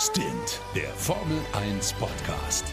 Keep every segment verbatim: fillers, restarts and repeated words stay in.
Stint, der Formel eins Podcast.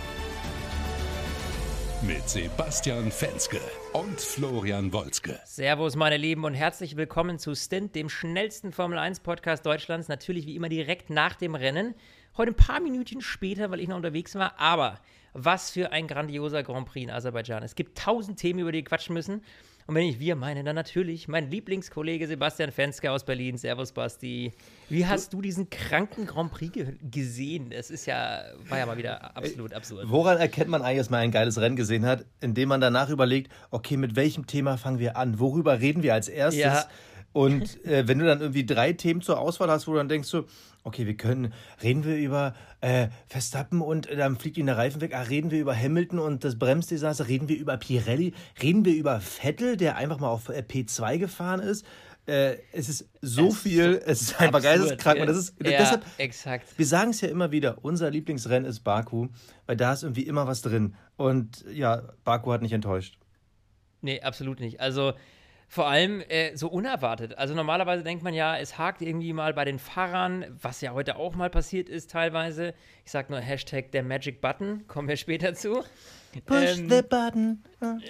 Mit Sebastian Fenske und Florian Wolzke. Servus, meine Lieben, und herzlich willkommen zu Stint, dem schnellsten Formel eins Podcast Deutschlands. Natürlich wie immer direkt nach dem Rennen. Heute ein paar Minütchen später, weil ich noch unterwegs war. Aber was für ein grandioser Grand Prix in Aserbaidschan. Es gibt tausend Themen, über die wir quatschen müssen. Und wenn ich wir meine, dann natürlich mein Lieblingskollege Sebastian Fenske aus Berlin. Servus, Basti. Wie hast du diesen kranken Grand Prix ge- gesehen? Das ist ja, war ja mal wieder absolut absurd. Woran erkennt man eigentlich, dass man ein geiles Rennen gesehen hat? Indem man danach überlegt, okay, mit welchem Thema fangen wir an? Worüber reden wir als erstes? Ja. Und äh, wenn du dann irgendwie drei Themen zur Auswahl hast, wo du dann denkst so, okay, wir können, reden wir über äh, Verstappen und äh, dann fliegt ihm der Reifen weg, ah, reden wir über Hamilton und das Bremsdesaster, reden wir über Pirelli, reden wir über Vettel, der einfach mal auf äh, P zwei gefahren ist. Äh, es ist so Es viel, ist so es ist einfach absurd, geisteskrank. Und das ist, ja, deshalb, exakt. wir sagen es ja immer wieder, unser Lieblingsrennen ist Baku, weil da ist irgendwie immer was drin. Und ja, Baku hat nicht enttäuscht. Nee, absolut nicht. Also vor allem äh, so unerwartet. Also normalerweise denkt man ja, es hakt irgendwie mal bei den Fahrern, was ja heute auch mal passiert ist teilweise. Ich sag nur Hashtag der Magic Button, kommen wir später zu. Push Ähm, the button.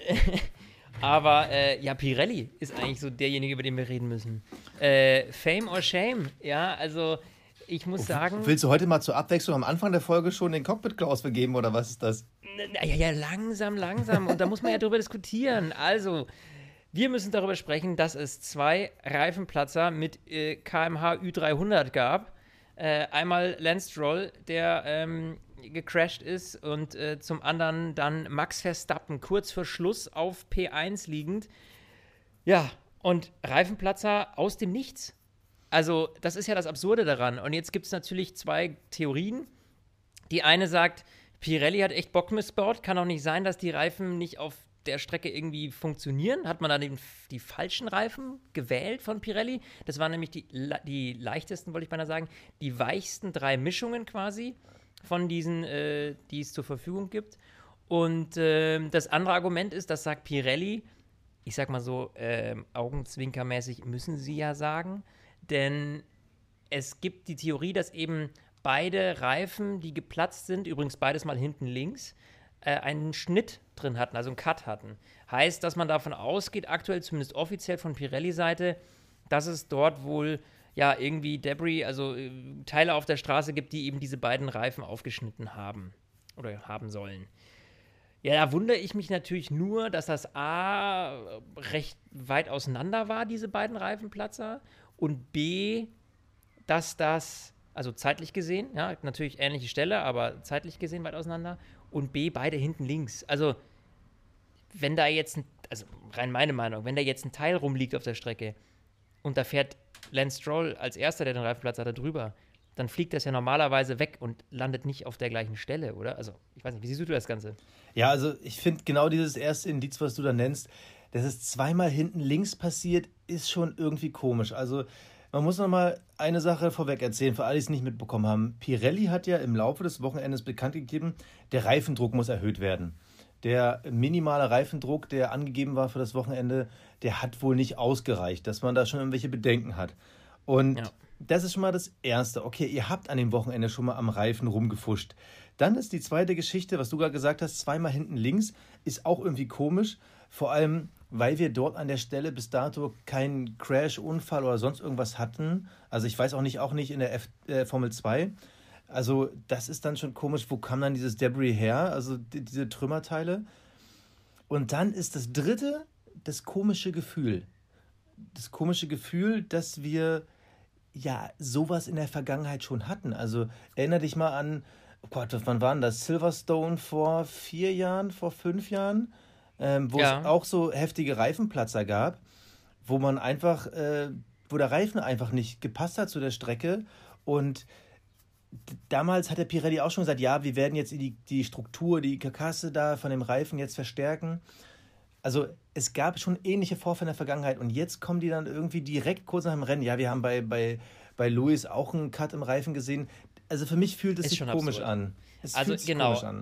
Aber äh, ja, Pirelli ist eigentlich so derjenige, über den wir reden müssen. Äh, Fame or Shame, ja, also ich muss sagen... Willst du heute mal zur Abwechslung am Anfang der Folge schon den Cockpit-Klaus vergeben oder was ist das? Ja, ja, langsam, langsam. Und da muss man ja drüber diskutieren. Also, wir müssen darüber sprechen, dass es zwei Reifenplatzer mit äh, K M H Ü dreihundert gab. Äh, einmal Lance Stroll, der ähm, gecrashed ist, und äh, zum anderen dann Max Verstappen, kurz vor Schluss auf P eins liegend. Ja, und Reifenplatzer aus dem Nichts. Also, das ist ja das Absurde daran. Und jetzt gibt es natürlich zwei Theorien. Die eine sagt, Pirelli hat echt Bock missbaut. Kann auch nicht sein, dass die Reifen nicht auf der Strecke irgendwie funktionieren. Hat man da den, die falschen Reifen gewählt von Pirelli? Das waren nämlich die, die leichtesten, wollte ich beinahe sagen, die weichsten drei Mischungen quasi von diesen, äh, die es zur Verfügung gibt. Und äh, das andere Argument ist, das sagt Pirelli, ich sag mal so, äh, augenzwinkermäßig müssen sie ja sagen, denn es gibt die Theorie, dass eben beide Reifen, die geplatzt sind, übrigens beides mal hinten links, äh, einen Schnitt drin hatten, also einen Cut hatten. Heißt, dass man davon ausgeht, aktuell zumindest offiziell von Pirelli-Seite, dass es dort wohl ja irgendwie Debris, also äh, Teile auf der Straße gibt, die eben diese beiden Reifen aufgeschnitten haben oder haben sollen. Ja, da wundere ich mich natürlich nur, dass das A recht weit auseinander war, diese beiden Reifenplatzer, und B, dass das, also zeitlich gesehen, ja, natürlich ähnliche Stelle, aber zeitlich gesehen weit auseinander, und B, beide hinten links. Also, wenn da jetzt, ein, also rein meine Meinung, wenn da jetzt ein Teil rumliegt auf der Strecke und da fährt Lance Stroll als erster, der den Reifenplatz hat, da drüber, dann fliegt das ja normalerweise weg und landet nicht auf der gleichen Stelle, oder? Also, ich weiß nicht, wie siehst du das Ganze? Ja, also ich finde genau dieses erste Indiz, was du da nennst, dass es zweimal hinten links passiert, ist schon irgendwie komisch. Also man muss noch mal eine Sache vorweg erzählen, für alle, die es nicht mitbekommen haben. Pirelli hat ja im Laufe des Wochenendes bekannt gegeben, der Reifendruck muss erhöht werden. Der minimale Reifendruck, der angegeben war für das Wochenende, der hat wohl nicht ausgereicht, dass man da schon irgendwelche Bedenken hat. Und ja, das ist schon mal das Erste. Okay, ihr habt an dem Wochenende schon mal am Reifen rumgefuscht. Dann ist die zweite Geschichte, was du gerade gesagt hast, zweimal hinten links, ist auch irgendwie komisch. Vor allem, weil wir dort an der Stelle bis dato keinen Crash, Unfall oder sonst irgendwas hatten. Also ich weiß auch nicht, auch nicht in der F- äh, Formel zwei. Also das ist dann schon komisch, wo kam dann dieses Debris her, also die, diese Trümmerteile. Und dann ist das dritte, das komische Gefühl. Das komische Gefühl, dass wir ja sowas in der Vergangenheit schon hatten. Also erinnere dich mal an, oh Gott, wann waren das? Silverstone vor vier Jahren, vor fünf Jahren? Ähm, wo ja. es auch so heftige Reifenplatzer gab, wo man einfach, äh, wo der Reifen einfach nicht gepasst hat zu der Strecke. Und d- damals hat der Pirelli auch schon gesagt, ja, wir werden jetzt die, die Struktur, die Karkasse da von dem Reifen jetzt verstärken. Also es gab schon ähnliche Vorfälle in der Vergangenheit und jetzt kommen die dann irgendwie direkt kurz nach dem Rennen. Ja, wir haben bei, bei, bei Lewis auch einen Cut im Reifen gesehen. Also für mich fühlt es ist sich komisch absurd. an. Es also fühlt sich genau. komisch an.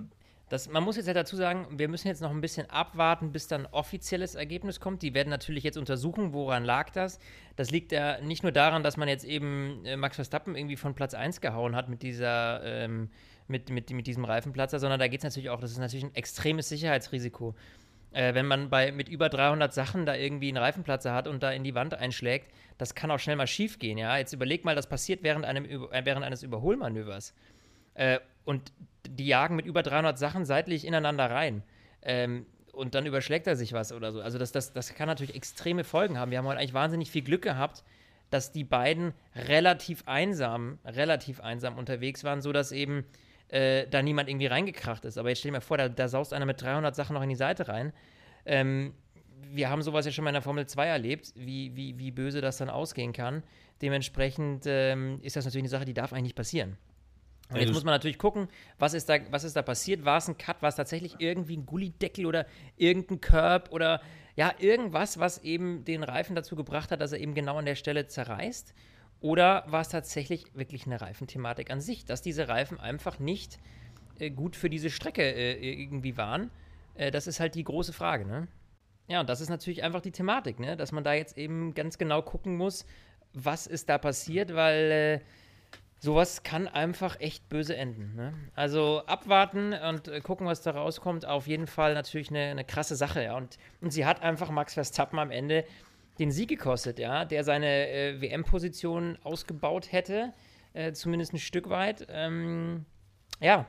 Das, man muss jetzt halt dazu sagen, wir müssen jetzt noch ein bisschen abwarten, bis dann ein offizielles Ergebnis kommt. Die werden natürlich jetzt untersuchen, woran lag das. Das liegt ja nicht nur daran, dass man jetzt eben äh, Max Verstappen irgendwie von Platz eins gehauen hat mit dieser, ähm, mit, mit, mit diesem Reifenplatzer, sondern da geht es natürlich auch, das ist natürlich ein extremes Sicherheitsrisiko. Äh, wenn man bei, mit über dreihundert Sachen da irgendwie einen Reifenplatzer hat und da in die Wand einschlägt, das kann auch schnell mal schief gehen, ja. Jetzt überleg mal, das passiert während, einem, äh, während eines Überholmanövers. Äh, und die jagen mit über dreihundert Sachen seitlich ineinander rein. Ähm, und dann überschlägt er sich was oder so. Also das, das, das kann natürlich extreme Folgen haben. Wir haben heute eigentlich wahnsinnig viel Glück gehabt, dass die beiden relativ einsam, relativ einsam unterwegs waren, sodass eben äh, da niemand irgendwie reingekracht ist. Aber jetzt stell dir mal vor, da, da saust einer mit dreihundert Sachen noch in die Seite rein. Ähm, wir haben sowas ja schon mal in der Formel zwei erlebt, wie, wie, wie böse das dann ausgehen kann. Dementsprechend ähm, ist das natürlich eine Sache, die darf eigentlich nicht passieren. Und jetzt muss man natürlich gucken, was ist da, was ist da passiert? War es ein Cut? War es tatsächlich irgendwie ein Gullideckel oder irgendein Curb oder ja, irgendwas, was eben den Reifen dazu gebracht hat, dass er eben genau an der Stelle zerreißt? Oder war es tatsächlich wirklich eine Reifenthematik an sich, dass diese Reifen einfach nicht äh, gut für diese Strecke äh, irgendwie waren? Äh, das ist halt die große Frage, ne? Ja, und das ist natürlich einfach die Thematik, ne? Dass man da jetzt eben ganz genau gucken muss, was ist da passiert, weil äh, sowas kann einfach echt böse enden. Ne? Also abwarten und äh, gucken, was da rauskommt. Auf jeden Fall natürlich eine, eine krasse Sache. Ja? Und, und sie hat einfach Max Verstappen am Ende den Sieg gekostet, ja? Der seine äh, W M-Position ausgebaut hätte, äh, zumindest ein Stück weit. Ähm, ja,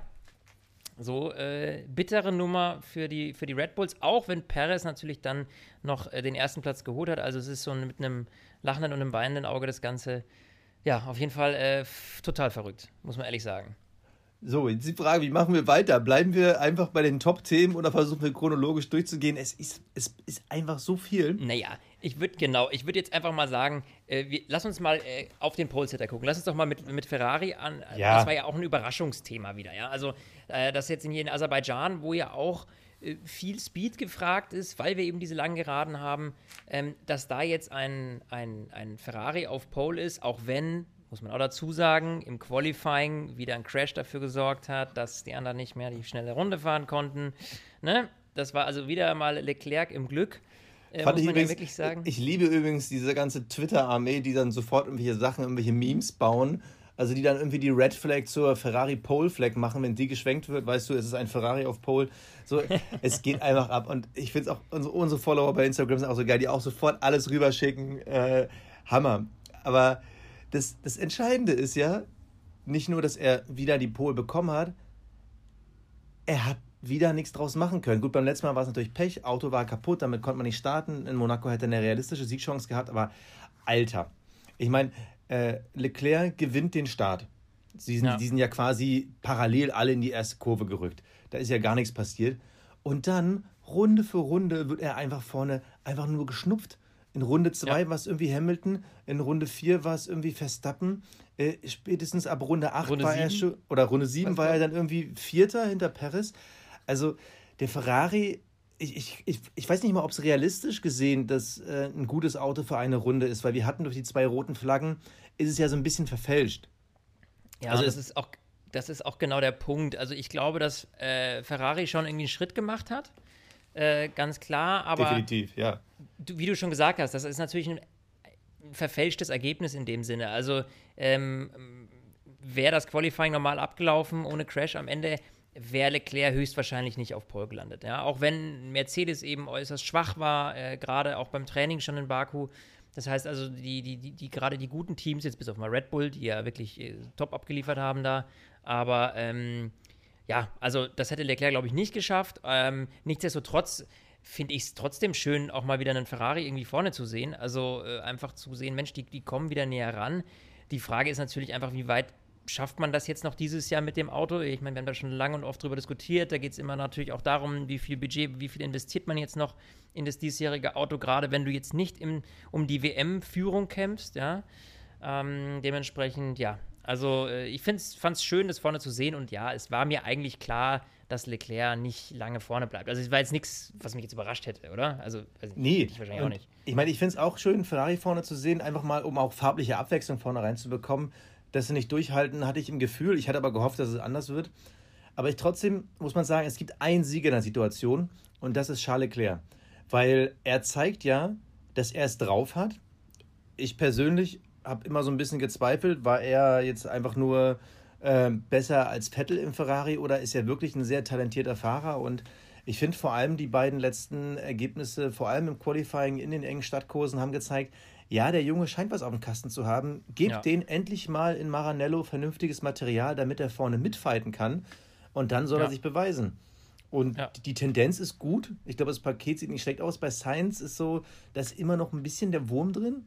so äh, bittere Nummer für die, für die Red Bulls, auch wenn Perez natürlich dann noch äh, den ersten Platz geholt hat. Also es ist so mit einem lachenden und einem weinenden Auge das Ganze. Ja, auf jeden Fall äh, f- total verrückt, muss man ehrlich sagen. So, jetzt die Frage, wie machen wir weiter? Bleiben wir einfach bei den Top-Themen oder versuchen wir chronologisch durchzugehen? Es ist, es ist einfach so viel. Naja, ich würde genau, ich würde jetzt einfach mal sagen, äh, wir, lass uns mal äh, auf den Pole-Sitter gucken. Lass uns doch mal mit, mit Ferrari an. Ja. Das war ja auch ein Überraschungsthema wieder, ja. Also, äh, das jetzt hier in Aserbaidschan, wo ja auch äh, viel Speed gefragt ist, weil wir eben diese langen Geraden haben, ähm, dass da jetzt ein, ein, ein Ferrari auf Pole ist, auch wenn, muss man auch dazu sagen, im Qualifying wieder ein Crash dafür gesorgt hat, dass die anderen nicht mehr die schnelle Runde fahren konnten. Ne? Das war also wieder mal Leclerc im Glück, äh, Fand muss ich man übrigens, ja wirklich sagen. Ich liebe übrigens diese ganze Twitter-Armee, die dann sofort irgendwelche Sachen, irgendwelche Memes bauen. Also die dann irgendwie die Red Flag zur Ferrari Pole Flag machen, wenn die geschwenkt wird, weißt du, es ist ein Ferrari auf Pole. So, es geht einfach ab. Und ich finde es auch, unsere, unsere Follower bei Instagram sind auch so geil, die auch sofort alles rüberschicken. Äh, Hammer. Aber das, das Entscheidende ist ja, nicht nur, dass er wieder die Pole bekommen hat, er hat wieder nichts draus machen können. Gut, beim letzten Mal war es natürlich Pech, Auto war kaputt, damit konnte man nicht starten. In Monaco hätte er eine realistische Siegchance gehabt, aber Alter. Ich meine, äh, Leclerc gewinnt den Start. Sie sind, Ja. Die sind ja quasi parallel alle in die erste Kurve gerückt. Da ist ja gar nichts passiert. Und dann, Runde für Runde, wird er einfach vorne einfach nur geschnupft. In Runde zwei Ja. war es irgendwie Hamilton, in Runde vier war es irgendwie Verstappen. Äh, spätestens ab Runde acht Runde war er sieben? schon, oder Runde sieben Was war war- er dann irgendwie Vierter hinter Perez. Also der Ferrari, ich, ich, ich, ich weiß nicht mal, ob es realistisch gesehen dass äh, ein gutes Auto für eine Runde ist, weil wir hatten durch die zwei roten Flaggen, ist es ja so ein bisschen verfälscht. Ja, Also das es- ist auch, das ist auch genau der Punkt. Also ich glaube, dass äh, Ferrari schon irgendwie einen Schritt gemacht hat, äh, ganz klar, aber Definitiv, ja. du, wie du schon gesagt hast, das ist natürlich ein verfälschtes Ergebnis in dem Sinne. Also ähm, wäre das Qualifying normal abgelaufen ohne Crash am Ende, wäre Leclerc höchstwahrscheinlich nicht auf Pole gelandet. Ja? Auch wenn Mercedes eben äußerst schwach war, äh, gerade auch beim Training schon in Baku. Das heißt also, die, die, die, die gerade die guten Teams, jetzt bis auf mal Red Bull, die ja wirklich äh, top abgeliefert haben da, aber ähm, ja, also das hätte Leclerc, glaube ich, nicht geschafft. Ähm, nichtsdestotrotz finde ich es trotzdem schön, auch mal wieder einen Ferrari irgendwie vorne zu sehen. Also äh, einfach zu sehen, Mensch, die, die kommen wieder näher ran. Die Frage ist natürlich einfach, wie weit schafft man das jetzt noch dieses Jahr mit dem Auto? Ich meine, wir haben da schon lange und oft drüber diskutiert. Da geht es immer natürlich auch darum, wie viel Budget, wie viel investiert man jetzt noch in das diesjährige Auto, gerade wenn du jetzt nicht im, um die W M-Führung kämpfst, ja. Ähm, dementsprechend, ja. Also äh, ich fand es schön, das vorne zu sehen und ja, es war mir eigentlich klar, dass Leclerc nicht lange vorne bleibt. Also es war jetzt nichts, was mich jetzt überrascht hätte, oder? Also weiß nicht, Nee, hätte ich wahrscheinlich auch und nicht. ich meine, ich finde es auch schön, Ferrari vorne zu sehen, einfach mal, um auch farbliche Abwechslung vorne reinzubekommen. Dass sie nicht durchhalten, hatte ich im Gefühl. Ich hatte aber gehofft, dass es anders wird. Aber ich, trotzdem muss man sagen, es gibt einen Sieger in der Situation und das ist Charles Leclerc. Weil er zeigt ja, dass er es drauf hat. Ich persönlich habe immer so ein bisschen gezweifelt, war er jetzt einfach nur äh, besser als Vettel im Ferrari oder ist er wirklich ein sehr talentierter Fahrer? Und ich finde vor allem die beiden letzten Ergebnisse, vor allem im Qualifying in den engen Stadtkursen, haben gezeigt, ja, der Junge scheint was auf dem Kasten zu haben. Gebt Ja. den endlich mal in Maranello vernünftiges Material, damit er vorne mitfighten kann. Und dann soll Ja. er sich beweisen. Und Ja. die Tendenz ist gut. Ich glaube, das Paket sieht nicht schlecht aus. Bei Sainz ist so, da ist immer noch ein bisschen der Wurm drin.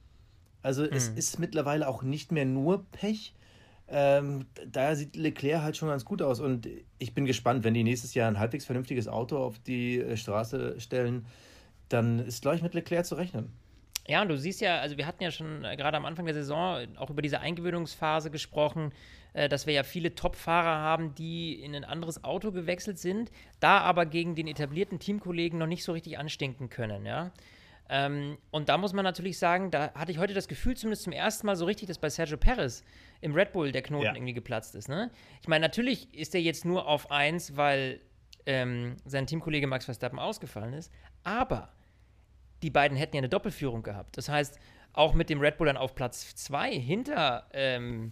Also es Mhm. ist mittlerweile auch nicht mehr nur Pech. Ähm, daher sieht Leclerc halt schon ganz gut aus. Und ich bin gespannt, wenn die nächstes Jahr ein halbwegs vernünftiges Auto auf die äh, Straße stellen, dann ist, glaube ich, mit Leclerc zu rechnen. Ja, und du siehst ja, also wir hatten ja schon äh, gerade am Anfang der Saison auch über diese Eingewöhnungsphase gesprochen, äh, dass wir ja viele Top-Fahrer haben, die in ein anderes Auto gewechselt sind, da aber gegen den etablierten Teamkollegen noch nicht so richtig anstinken können, ja. Ähm, und da muss man natürlich sagen, da hatte ich heute das Gefühl, zumindest zum ersten Mal so richtig, dass bei Sergio Perez im Red Bull der Knoten Ja. irgendwie geplatzt ist, ne? Ich meine, natürlich ist er jetzt nur auf eins, weil ähm, sein Teamkollege Max Verstappen ausgefallen ist, aber die beiden hätten ja eine Doppelführung gehabt. Das heißt, auch mit dem Red Bull dann auf Platz zwei hinter, ähm,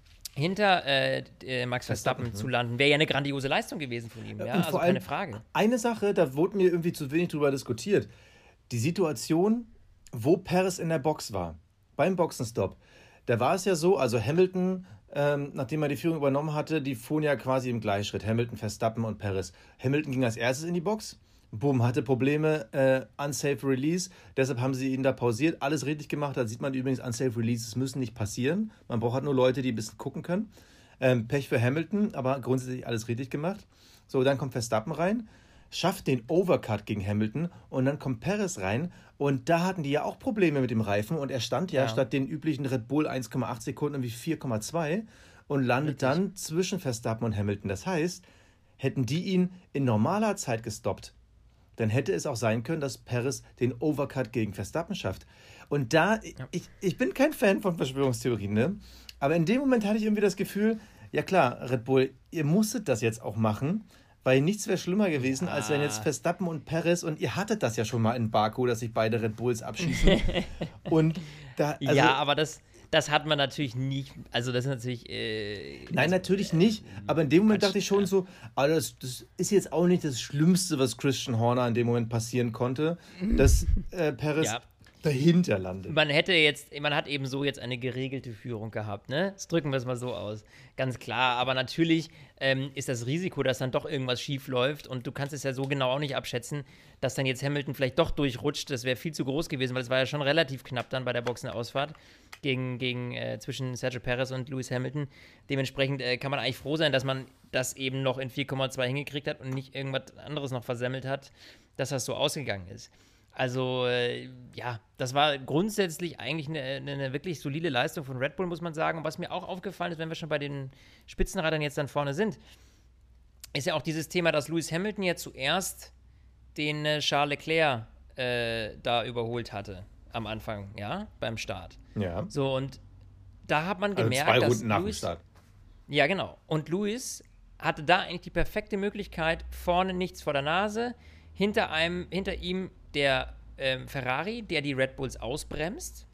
hinter äh, äh, Max Verstappen, Verstappen, zu landen, wäre ja eine grandiose Leistung gewesen von ihm. Ja? Und Also vor allem keine Frage. eine Sache, da wurde mir irgendwie zu wenig drüber diskutiert. Die Situation, wo Perez in der Box war, beim Boxenstopp. Da war es ja so, also Hamilton, ähm, nachdem er die Führung übernommen hatte, die fuhren ja quasi im Gleichschritt. Hamilton, Verstappen und Perez. Hamilton ging als erstes in die Box. Boom, hatte Probleme, äh, unsafe Release, deshalb haben sie ihn da pausiert, alles richtig gemacht, da sieht man übrigens, unsafe Releases müssen nicht passieren, man braucht halt nur Leute, die ein bisschen gucken können. Ähm, Pech für Hamilton, aber grundsätzlich alles richtig gemacht. So, dann kommt Verstappen rein, schafft den Overcut gegen Hamilton und dann kommt Perez rein und da hatten die ja auch Probleme mit dem Reifen und er stand ja, Ja. statt den üblichen Red Bull eins Komma acht Sekunden irgendwie vier Komma zwei und landet Richtig. dann zwischen Verstappen und Hamilton. Das heißt, hätten die ihn in normaler Zeit gestoppt, dann hätte es auch sein können, dass Perez den Overcut gegen Verstappen schafft. Und da, ich, ich bin kein Fan von Verschwörungstheorien, ne? Aber in dem Moment hatte ich irgendwie das Gefühl, ja klar, Red Bull, ihr musstet das jetzt auch machen, weil nichts wäre schlimmer gewesen, Ja. als wenn jetzt Verstappen und Perez, und ihr hattet das ja schon mal in Baku, dass sich beide Red Bulls abschießen. Und da, also, ja, aber das, das hat man natürlich nicht, also das ist natürlich äh, Nein, natürlich nicht. Aber in dem Moment Quatsch, dachte ich schon ja. so, ah, das, das ist jetzt auch nicht das Schlimmste, was Christian Horner in dem Moment passieren konnte, dass äh, Perez Ja. dahinter landet. Man hätte jetzt, man hat eben so jetzt eine geregelte Führung gehabt, ne? Das drücken wir es mal so aus. Ganz klar, aber natürlich ähm, ist das Risiko, dass dann doch irgendwas schief läuft und du kannst es ja so genau auch nicht abschätzen, dass dann jetzt Hamilton vielleicht doch durchrutscht, das wäre viel zu groß gewesen, weil es war ja schon relativ knapp dann bei der Boxenausfahrt gegen, gegen äh, zwischen Sergio Perez und Lewis Hamilton. Dementsprechend äh, kann man eigentlich froh sein, dass man das eben noch in vier Komma zwei hingekriegt hat und nicht irgendwas anderes noch versemmelt hat, dass das so ausgegangen ist. Also, äh, ja, das war grundsätzlich eigentlich eine, eine, eine wirklich solide Leistung von Red Bull, muss man sagen. Und was mir auch aufgefallen ist, wenn wir schon bei den Spitzenreitern jetzt dann vorne sind, ist ja auch dieses Thema, dass Lewis Hamilton ja zuerst den äh, Charles Leclerc äh, da überholt hatte am Anfang, ja, beim Start. Ja. So, und da hat man Also gemerkt, zwei dass Runden nach dem Lewis, Start. ja, genau. Und Lewis hatte da eigentlich die perfekte Möglichkeit, vorne nichts vor der Nase, hinter einem, hinter ihm der ähm, Ferrari, der die Red Bulls ausbremst,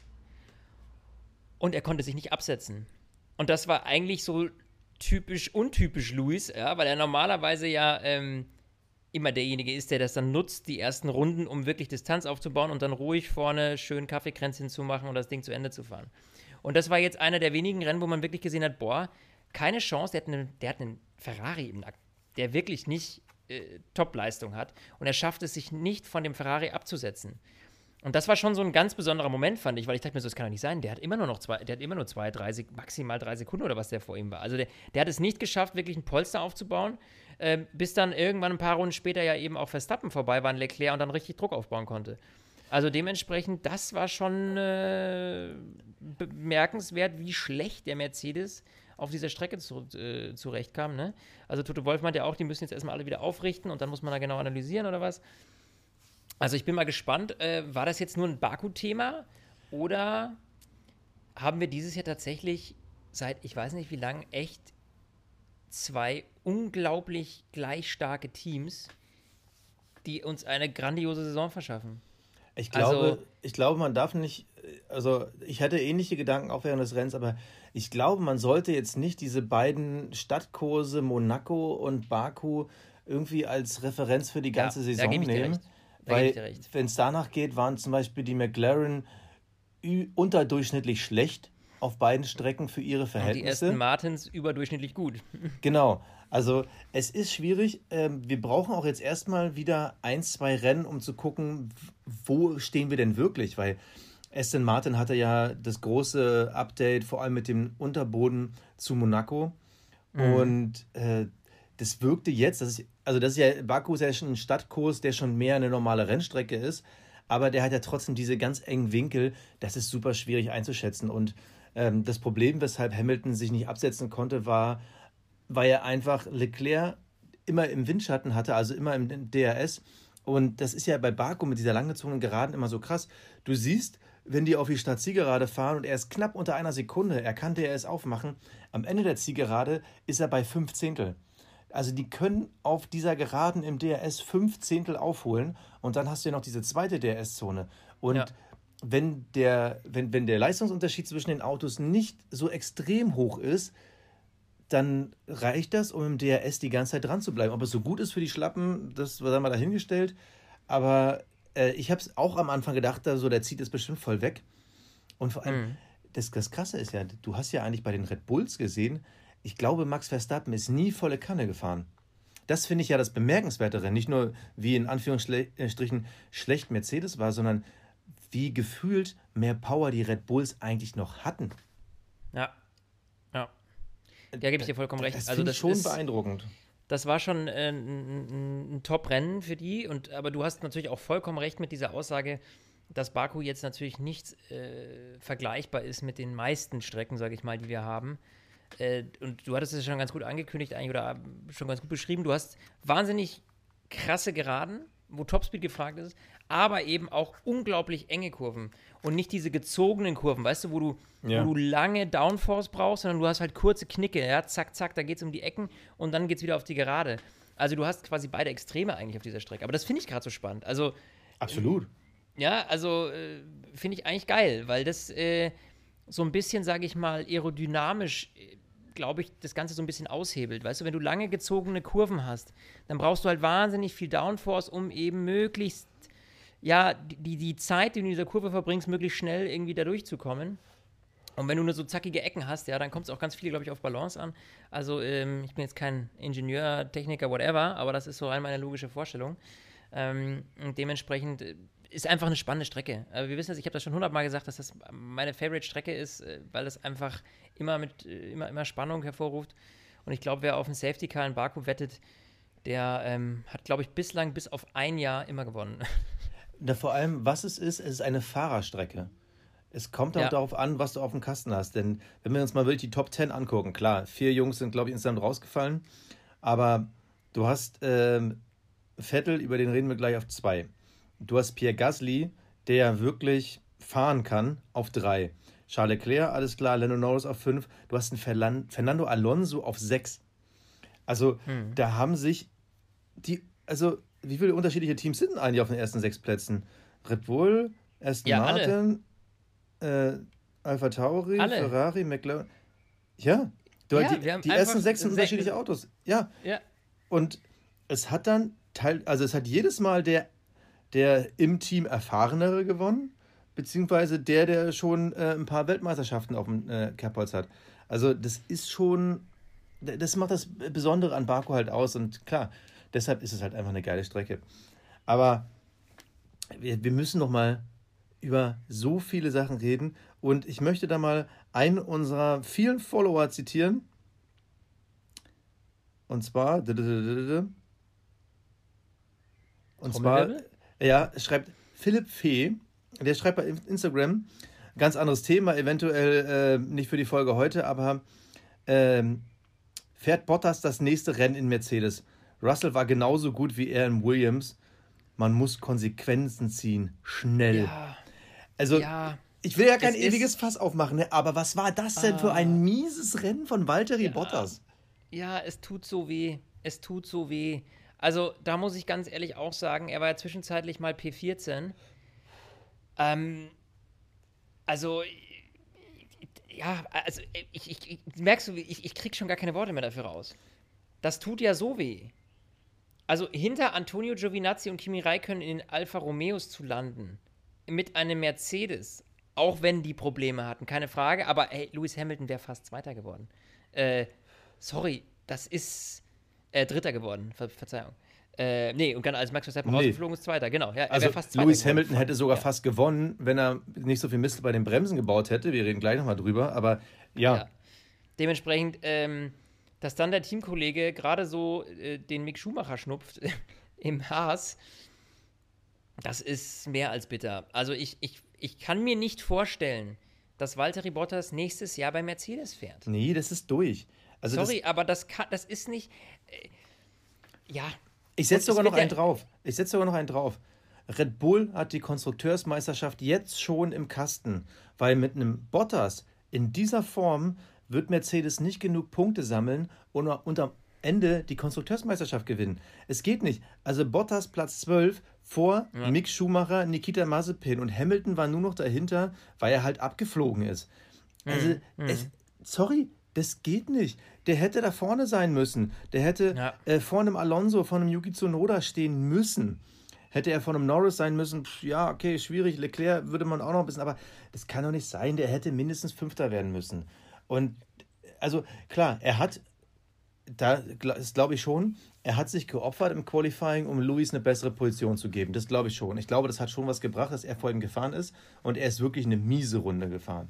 und er konnte sich nicht absetzen. Und das war eigentlich so typisch, untypisch Lewis, ja, weil er normalerweise ja ähm, immer derjenige ist, der das dann nutzt, die ersten Runden, um wirklich Distanz aufzubauen und dann ruhig vorne schön Kaffeekränzchen zu machen und das Ding zu Ende zu fahren. Und das war jetzt einer der wenigen Rennen, wo man wirklich gesehen hat, boah, keine Chance, der hat einen, der hat einen Ferrari im Nacken, der wirklich nicht äh, Top-Leistung hat und er schafft es sich nicht von dem Ferrari abzusetzen. Und das war schon so ein ganz besonderer Moment, fand ich, weil ich dachte mir so, das kann doch nicht sein, der hat immer nur noch zwei, der hat immer nur zwei, drei, Sek- maximal drei Sekunden oder was der vor ihm war. Also der, der hat es nicht geschafft, wirklich ein Polster aufzubauen, äh, bis dann irgendwann ein paar Runden später ja eben auch Verstappen vorbei war, an Leclerc, und dann richtig Druck aufbauen konnte. Also dementsprechend, das war schon äh, bemerkenswert, wie schlecht der Mercedes auf dieser Strecke zu, äh, zurechtkam. Ne? Also Toto Wolff meinte ja auch, die müssen jetzt erstmal alle wieder aufrichten und dann muss man da genau analysieren oder was. Also ich bin mal gespannt, äh, war das jetzt nur ein Baku-Thema oder haben wir dieses Jahr tatsächlich seit, ich weiß nicht wie lang, echt zwei unglaublich gleich starke Teams, die uns eine grandiose Saison verschaffen. Ich glaube, Also- ich glaube, man darf nicht, also ich hatte ähnliche Gedanken auch während des Rennens, aber ich glaube, man sollte jetzt nicht diese beiden Stadtkurse Monaco und Baku irgendwie als Referenz für die ganze Ja, da Saison gebe ich dir nehmen. recht. Da gebe ich dir Weil, recht. wenn es danach geht, waren zum Beispiel die McLaren ü- unterdurchschnittlich schlecht auf beiden Strecken für ihre Und die Verhältnisse. Aston Martins überdurchschnittlich gut. Genau. Also es ist schwierig. Ähm, wir brauchen auch jetzt erstmal wieder ein, zwei Rennen, um zu gucken, w- wo stehen wir denn wirklich. Weil Aston Martin hatte ja das große Update, vor allem mit dem Unterboden zu Monaco. Und äh, das wirkte jetzt, das ist, also das ist ja, Baku ist ja schon ein Stadtkurs, der schon mehr eine normale Rennstrecke ist. Aber der hat ja trotzdem diese ganz engen Winkel. Das ist super schwierig einzuschätzen. Und ähm, das Problem, weshalb Hamilton sich nicht absetzen konnte, war, weil er einfach Leclerc immer im Windschatten hatte, also immer im D R S. Und das ist ja bei Baku mit dieser langgezogenen Geraden immer so krass. Du siehst, wenn die auf die Startzielgerade fahren und er ist knapp unter einer Sekunde, er kann D R S aufmachen, am Ende der Zielgerade ist er bei fünf Zehntel. Also die können auf dieser Geraden im D R S fünf Zehntel aufholen und dann hast du ja noch diese zweite D R S-Zone. Und Ja. wenn, der, wenn, wenn der Leistungsunterschied zwischen den Autos nicht so extrem hoch ist, dann reicht das, um im D R S die ganze Zeit dran zu bleiben. Ob es so gut ist für die Schlappen, das war dann mal dahingestellt. Aber äh, ich habe es auch am Anfang gedacht, da so, der zieht es bestimmt voll weg. Und vor allem, Mhm. das, das Krasse ist ja, du hast ja eigentlich bei den Red Bulls gesehen, ich glaube, Max Verstappen ist nie volle Kanne gefahren. Das finde ich ja das Bemerkenswertere. Nicht nur, wie in Anführungsstrichen schlecht Mercedes war, sondern wie gefühlt mehr Power die Red Bulls eigentlich noch hatten. Ja. Ja. Da gebe ich dir vollkommen recht. Das Also finde ich das schon ist, beeindruckend. das war schon äh, ein, ein, ein Top-Rennen für die. Und, aber du hast natürlich auch vollkommen recht mit dieser Aussage, dass Baku jetzt natürlich nicht äh, vergleichbar ist mit den meisten Strecken, sage ich mal, die wir haben. Äh, und du hattest es schon ganz gut angekündigt eigentlich oder schon ganz gut beschrieben. Du hast wahnsinnig krasse Geraden, wo Topspeed gefragt ist, aber eben auch unglaublich enge Kurven und nicht diese gezogenen Kurven, weißt du, wo du, Ja. wo du lange Downforce brauchst, sondern du hast halt kurze Knicke, ja, zack, zack, da geht es um die Ecken und dann geht es wieder auf die Gerade. Also du hast quasi beide Extreme eigentlich auf dieser Strecke. Aber das finde ich gerade so spannend. Also Absolut. ja, also äh, finde ich eigentlich geil, weil das äh, so ein bisschen, sage ich mal, aerodynamisch, äh, glaube ich, das Ganze so ein bisschen aushebelt. Weißt du, wenn du lange gezogene Kurven hast, dann brauchst du halt wahnsinnig viel Downforce, um eben möglichst, ja, die, die Zeit, die du in dieser Kurve verbringst, möglichst schnell irgendwie da durchzukommen. Und wenn du nur so zackige Ecken hast, ja, dann kommt es auch ganz viel, glaube ich, auf Balance an. Also ähm, ich bin jetzt kein Ingenieur, Techniker, whatever, aber das ist so rein meine logische Vorstellung. Ähm, und dementsprechend äh, ist einfach eine spannende Strecke. Äh, wir wissen es, ich habe das schon hundertmal gesagt, dass das meine Favorite-Strecke ist, äh, weil das einfach immer mit äh, immer, immer Spannung hervorruft. Und ich glaube, wer auf den Safety-Car in Baku wettet, der ähm, hat, glaube ich, bislang bis auf ein Jahr immer gewonnen. Da vor allem, was es ist, es ist eine Fahrerstrecke. Es kommt auch Ja. darauf an, was du auf dem Kasten hast. Denn wenn wir uns mal wirklich die Top Ten angucken, klar, vier Jungs sind, glaube ich, insgesamt rausgefallen. Aber du hast ähm, Vettel, über den reden wir gleich, auf zwei. Du hast Pierre Gasly, der ja wirklich fahren kann, auf drei. Charles Leclerc, alles klar, Lando Norris auf fünf. Du hast einen Ferlan- Fernando Alonso auf sechs. Also da haben sich die, also wie viele unterschiedliche Teams sind denn eigentlich auf den ersten sechs Plätzen? Red Bull, Aston Ja, alle. Martin, äh, Alpha Tauri, Alle. Ferrari, McLaren. Ja, du, Ja, die, wir haben die einfach ersten sechs sind se- unterschiedliche Autos. Ja, Ja. und es hat dann Teil, also es hat jedes Mal der, der im Team Erfahrenere gewonnen, beziehungsweise der, der schon äh, ein paar Weltmeisterschaften auf dem äh, Kerbholz hat. Also das ist schon, das macht das Besondere an Baku halt aus und klar, deshalb ist es halt einfach eine geile Strecke. Aber wir, wir müssen noch mal über so viele Sachen reden und ich möchte da mal einen unserer vielen Follower zitieren. Und zwar und zwar Trommelwirbel? ja, schreibt Philipp Fee, der schreibt bei Instagram, ganz anderes Thema, eventuell äh, nicht für die Folge heute, aber ähm, fährt Bottas das nächste Rennen in Mercedes? Russell war genauso gut wie er in Williams. Man muss Konsequenzen ziehen, schnell. Ja. Also Ja. ich will ja kein Es ist- ewiges Fass aufmachen, ne? Aber was war das denn für ein mieses Rennen von Valtteri Ja. Bottas? Ja, es tut so weh. Es tut so weh. Also, da muss ich ganz ehrlich auch sagen, er war ja zwischenzeitlich mal P vierzehn. Ähm, also, ja, also, ich, ich, ich merkst du, ich, ich krieg schon gar keine Worte mehr dafür raus. Das tut ja so weh. Also, hinter Antonio Giovinazzi und Kimi Räikkönen in den Alfa Romeos zu landen, mit einem Mercedes, auch wenn die Probleme hatten, keine Frage, aber hey, Lewis Hamilton wäre fast Zweiter geworden. Äh, sorry, das ist äh, Dritter geworden, Ver Verzeihung. Äh, nee, und dann als Max Verstappen Nee. rausgeflogen ist Zweiter, genau. Ja, er Also wäre fast Zweiter Lewis geworden. Hamilton hätte sogar Ja. fast gewonnen, wenn er nicht so viel Mist bei den Bremsen gebaut hätte. Wir reden gleich nochmal drüber, aber ja. Ja. Dementsprechend, ähm, dass dann der Teamkollege gerade so äh, den Mick Schumacher schnupft im Haas, das ist mehr als bitter. Also ich, ich, ich kann mir nicht vorstellen, dass Valtteri Bottas nächstes Jahr bei Mercedes fährt. Nee, das ist durch. Also Sorry, das, aber das, kann, das ist nicht. Äh, ja. ich Und setze es sogar wird noch einen ja- drauf. Ich setze sogar noch einen drauf. Red Bull hat die Konstrukteursmeisterschaft jetzt schon im Kasten, weil mit einem Bottas in dieser Form wird Mercedes nicht genug Punkte sammeln und, und am Ende die Konstrukteursmeisterschaft gewinnen. Es geht nicht. Also Bottas Platz zwölf vor Ja. Mick Schumacher, Nikita Mazepin und Hamilton war nur noch dahinter, weil er halt abgeflogen ist. Also, Mhm. es, sorry, das geht nicht. Der hätte da vorne sein müssen. Der hätte Ja. äh, vor einem Alonso, vor einem Yuki Tsunoda stehen müssen. Hätte er vor einem Norris sein müssen, pff, ja, okay, schwierig. Leclerc würde man auch noch ein bisschen, aber das kann doch nicht sein. Der hätte mindestens Fünfter werden müssen. Und also klar, er hat, da gl- das glaube ich schon, er hat sich geopfert im Qualifying, um Lewis eine bessere Position zu geben. Das glaube ich schon. Ich glaube, das hat schon was gebracht, dass er vor ihm gefahren ist. Und er ist wirklich eine miese Runde gefahren.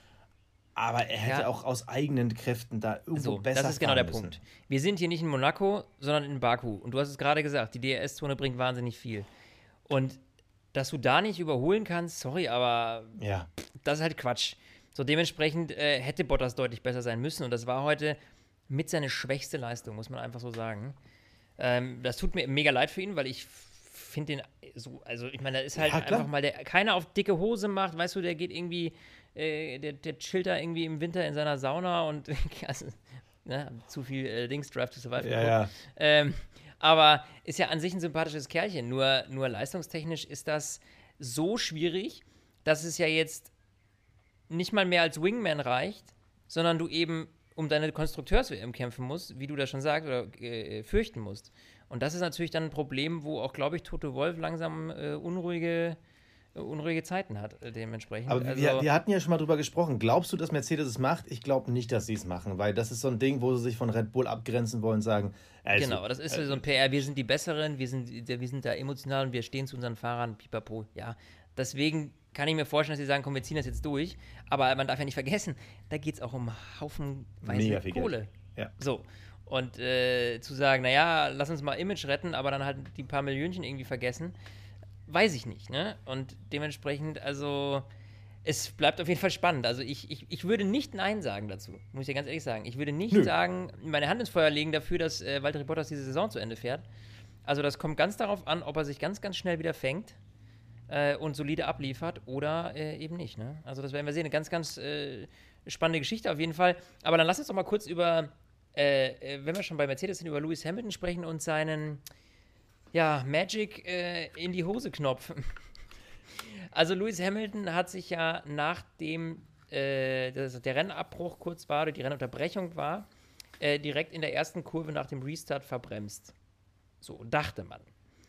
Aber er hätte Ja. auch aus eigenen Kräften da irgendwo So, besser das ist genau fahren der müssen. Punkt. Wir sind hier nicht in Monaco, sondern in Baku. Und du hast es gerade gesagt, die D R S-Zone bringt wahnsinnig viel. Und dass du da nicht überholen kannst, sorry, aber Ja. das ist halt Quatsch. So dementsprechend äh, hätte Bottas deutlich besser sein müssen. Und das war heute mit seine schwächste Leistung, muss man einfach so sagen. Ähm, das tut mir mega leid für ihn, weil ich finde den so, also ich meine, da ist halt Ja, klar. einfach mal, der keiner auf dicke Hose macht, weißt du, der geht irgendwie, äh, der, der chillt da irgendwie im Winter in seiner Sauna und also, ne, zu viel äh, Dings, Drive to Survive. Ja, geguckt. ja. Ähm, aber ist ja an sich ein sympathisches Kerlchen. Nur, nur leistungstechnisch ist das so schwierig, dass es ja jetzt nicht mal mehr als Wingman reicht, sondern du eben um deine Konstrukteurs-W M kämpfen musst, wie du das schon sagst, oder äh, fürchten musst. Und das ist natürlich dann ein Problem, wo auch, glaube ich, Toto Wolff langsam äh, unruhige, äh, unruhige Zeiten hat, äh, dementsprechend. Aber also, wir, wir hatten ja schon mal drüber gesprochen. Glaubst du, dass Mercedes es macht? Ich glaube nicht, dass sie es machen, weil das ist so ein Ding, wo sie sich von Red Bull abgrenzen wollen und sagen, also, Genau, das ist so ein P R, wir sind die Besseren, wir sind, wir sind da emotional und wir stehen zu unseren Fahrern, pipapo, ja. Deswegen kann ich mir vorstellen, dass sie sagen, komm, wir ziehen das jetzt durch. Aber man darf ja nicht vergessen, da geht es auch um haufenweise Mega viel Geld. Kohle. Ja. So. Und äh, zu sagen, naja, lass uns mal Image retten, aber dann halt die paar Millionchen irgendwie vergessen, weiß ich nicht, ne? Und dementsprechend, also, es bleibt auf jeden Fall spannend. Also ich, ich, ich würde nicht Nein sagen dazu, muss ich dir ganz ehrlich sagen. Ich würde nicht Nö. sagen, meine Hand ins Feuer legen dafür, dass äh, Valtteri Bottas diese Saison zu Ende fährt. Also das kommt ganz darauf an, ob er sich ganz, ganz schnell wieder fängt äh, und solide abliefert oder äh, eben nicht, ne? Also das werden wir sehen. Eine ganz, ganz äh, spannende Geschichte auf jeden Fall. Aber dann lass uns doch mal kurz über, äh, äh, wenn wir schon bei Mercedes sind, über Lewis Hamilton sprechen und seinen, ja, Magic äh, in die Hose Knopf. Also Lewis Hamilton hat sich ja nachdem äh, das, der Rennabbruch kurz war oder die Rennunterbrechung war, äh, direkt in der ersten Kurve nach dem Restart verbremst. So dachte man.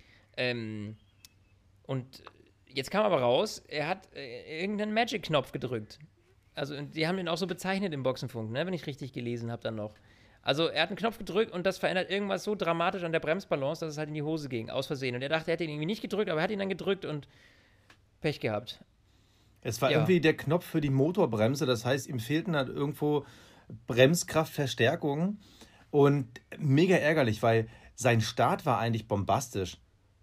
Ähm, und jetzt kam aber raus, er hat äh, irgendeinen Magic-Knopf gedrückt. Also und die haben ihn auch so bezeichnet im Boxenfunk, ne, wenn ich richtig gelesen habe dann noch. Also er hat einen Knopf gedrückt und das verändert irgendwas so dramatisch an der Bremsbalance, dass es halt in die Hose ging, aus Versehen. Und er dachte, er hätte ihn irgendwie nicht gedrückt, aber er hat ihn dann gedrückt und Pech gehabt. Es war Ja. irgendwie der Knopf für die Motorbremse, das heißt, ihm fehlten halt irgendwo Bremskraftverstärkungen und mega ärgerlich, weil sein Start war eigentlich bombastisch.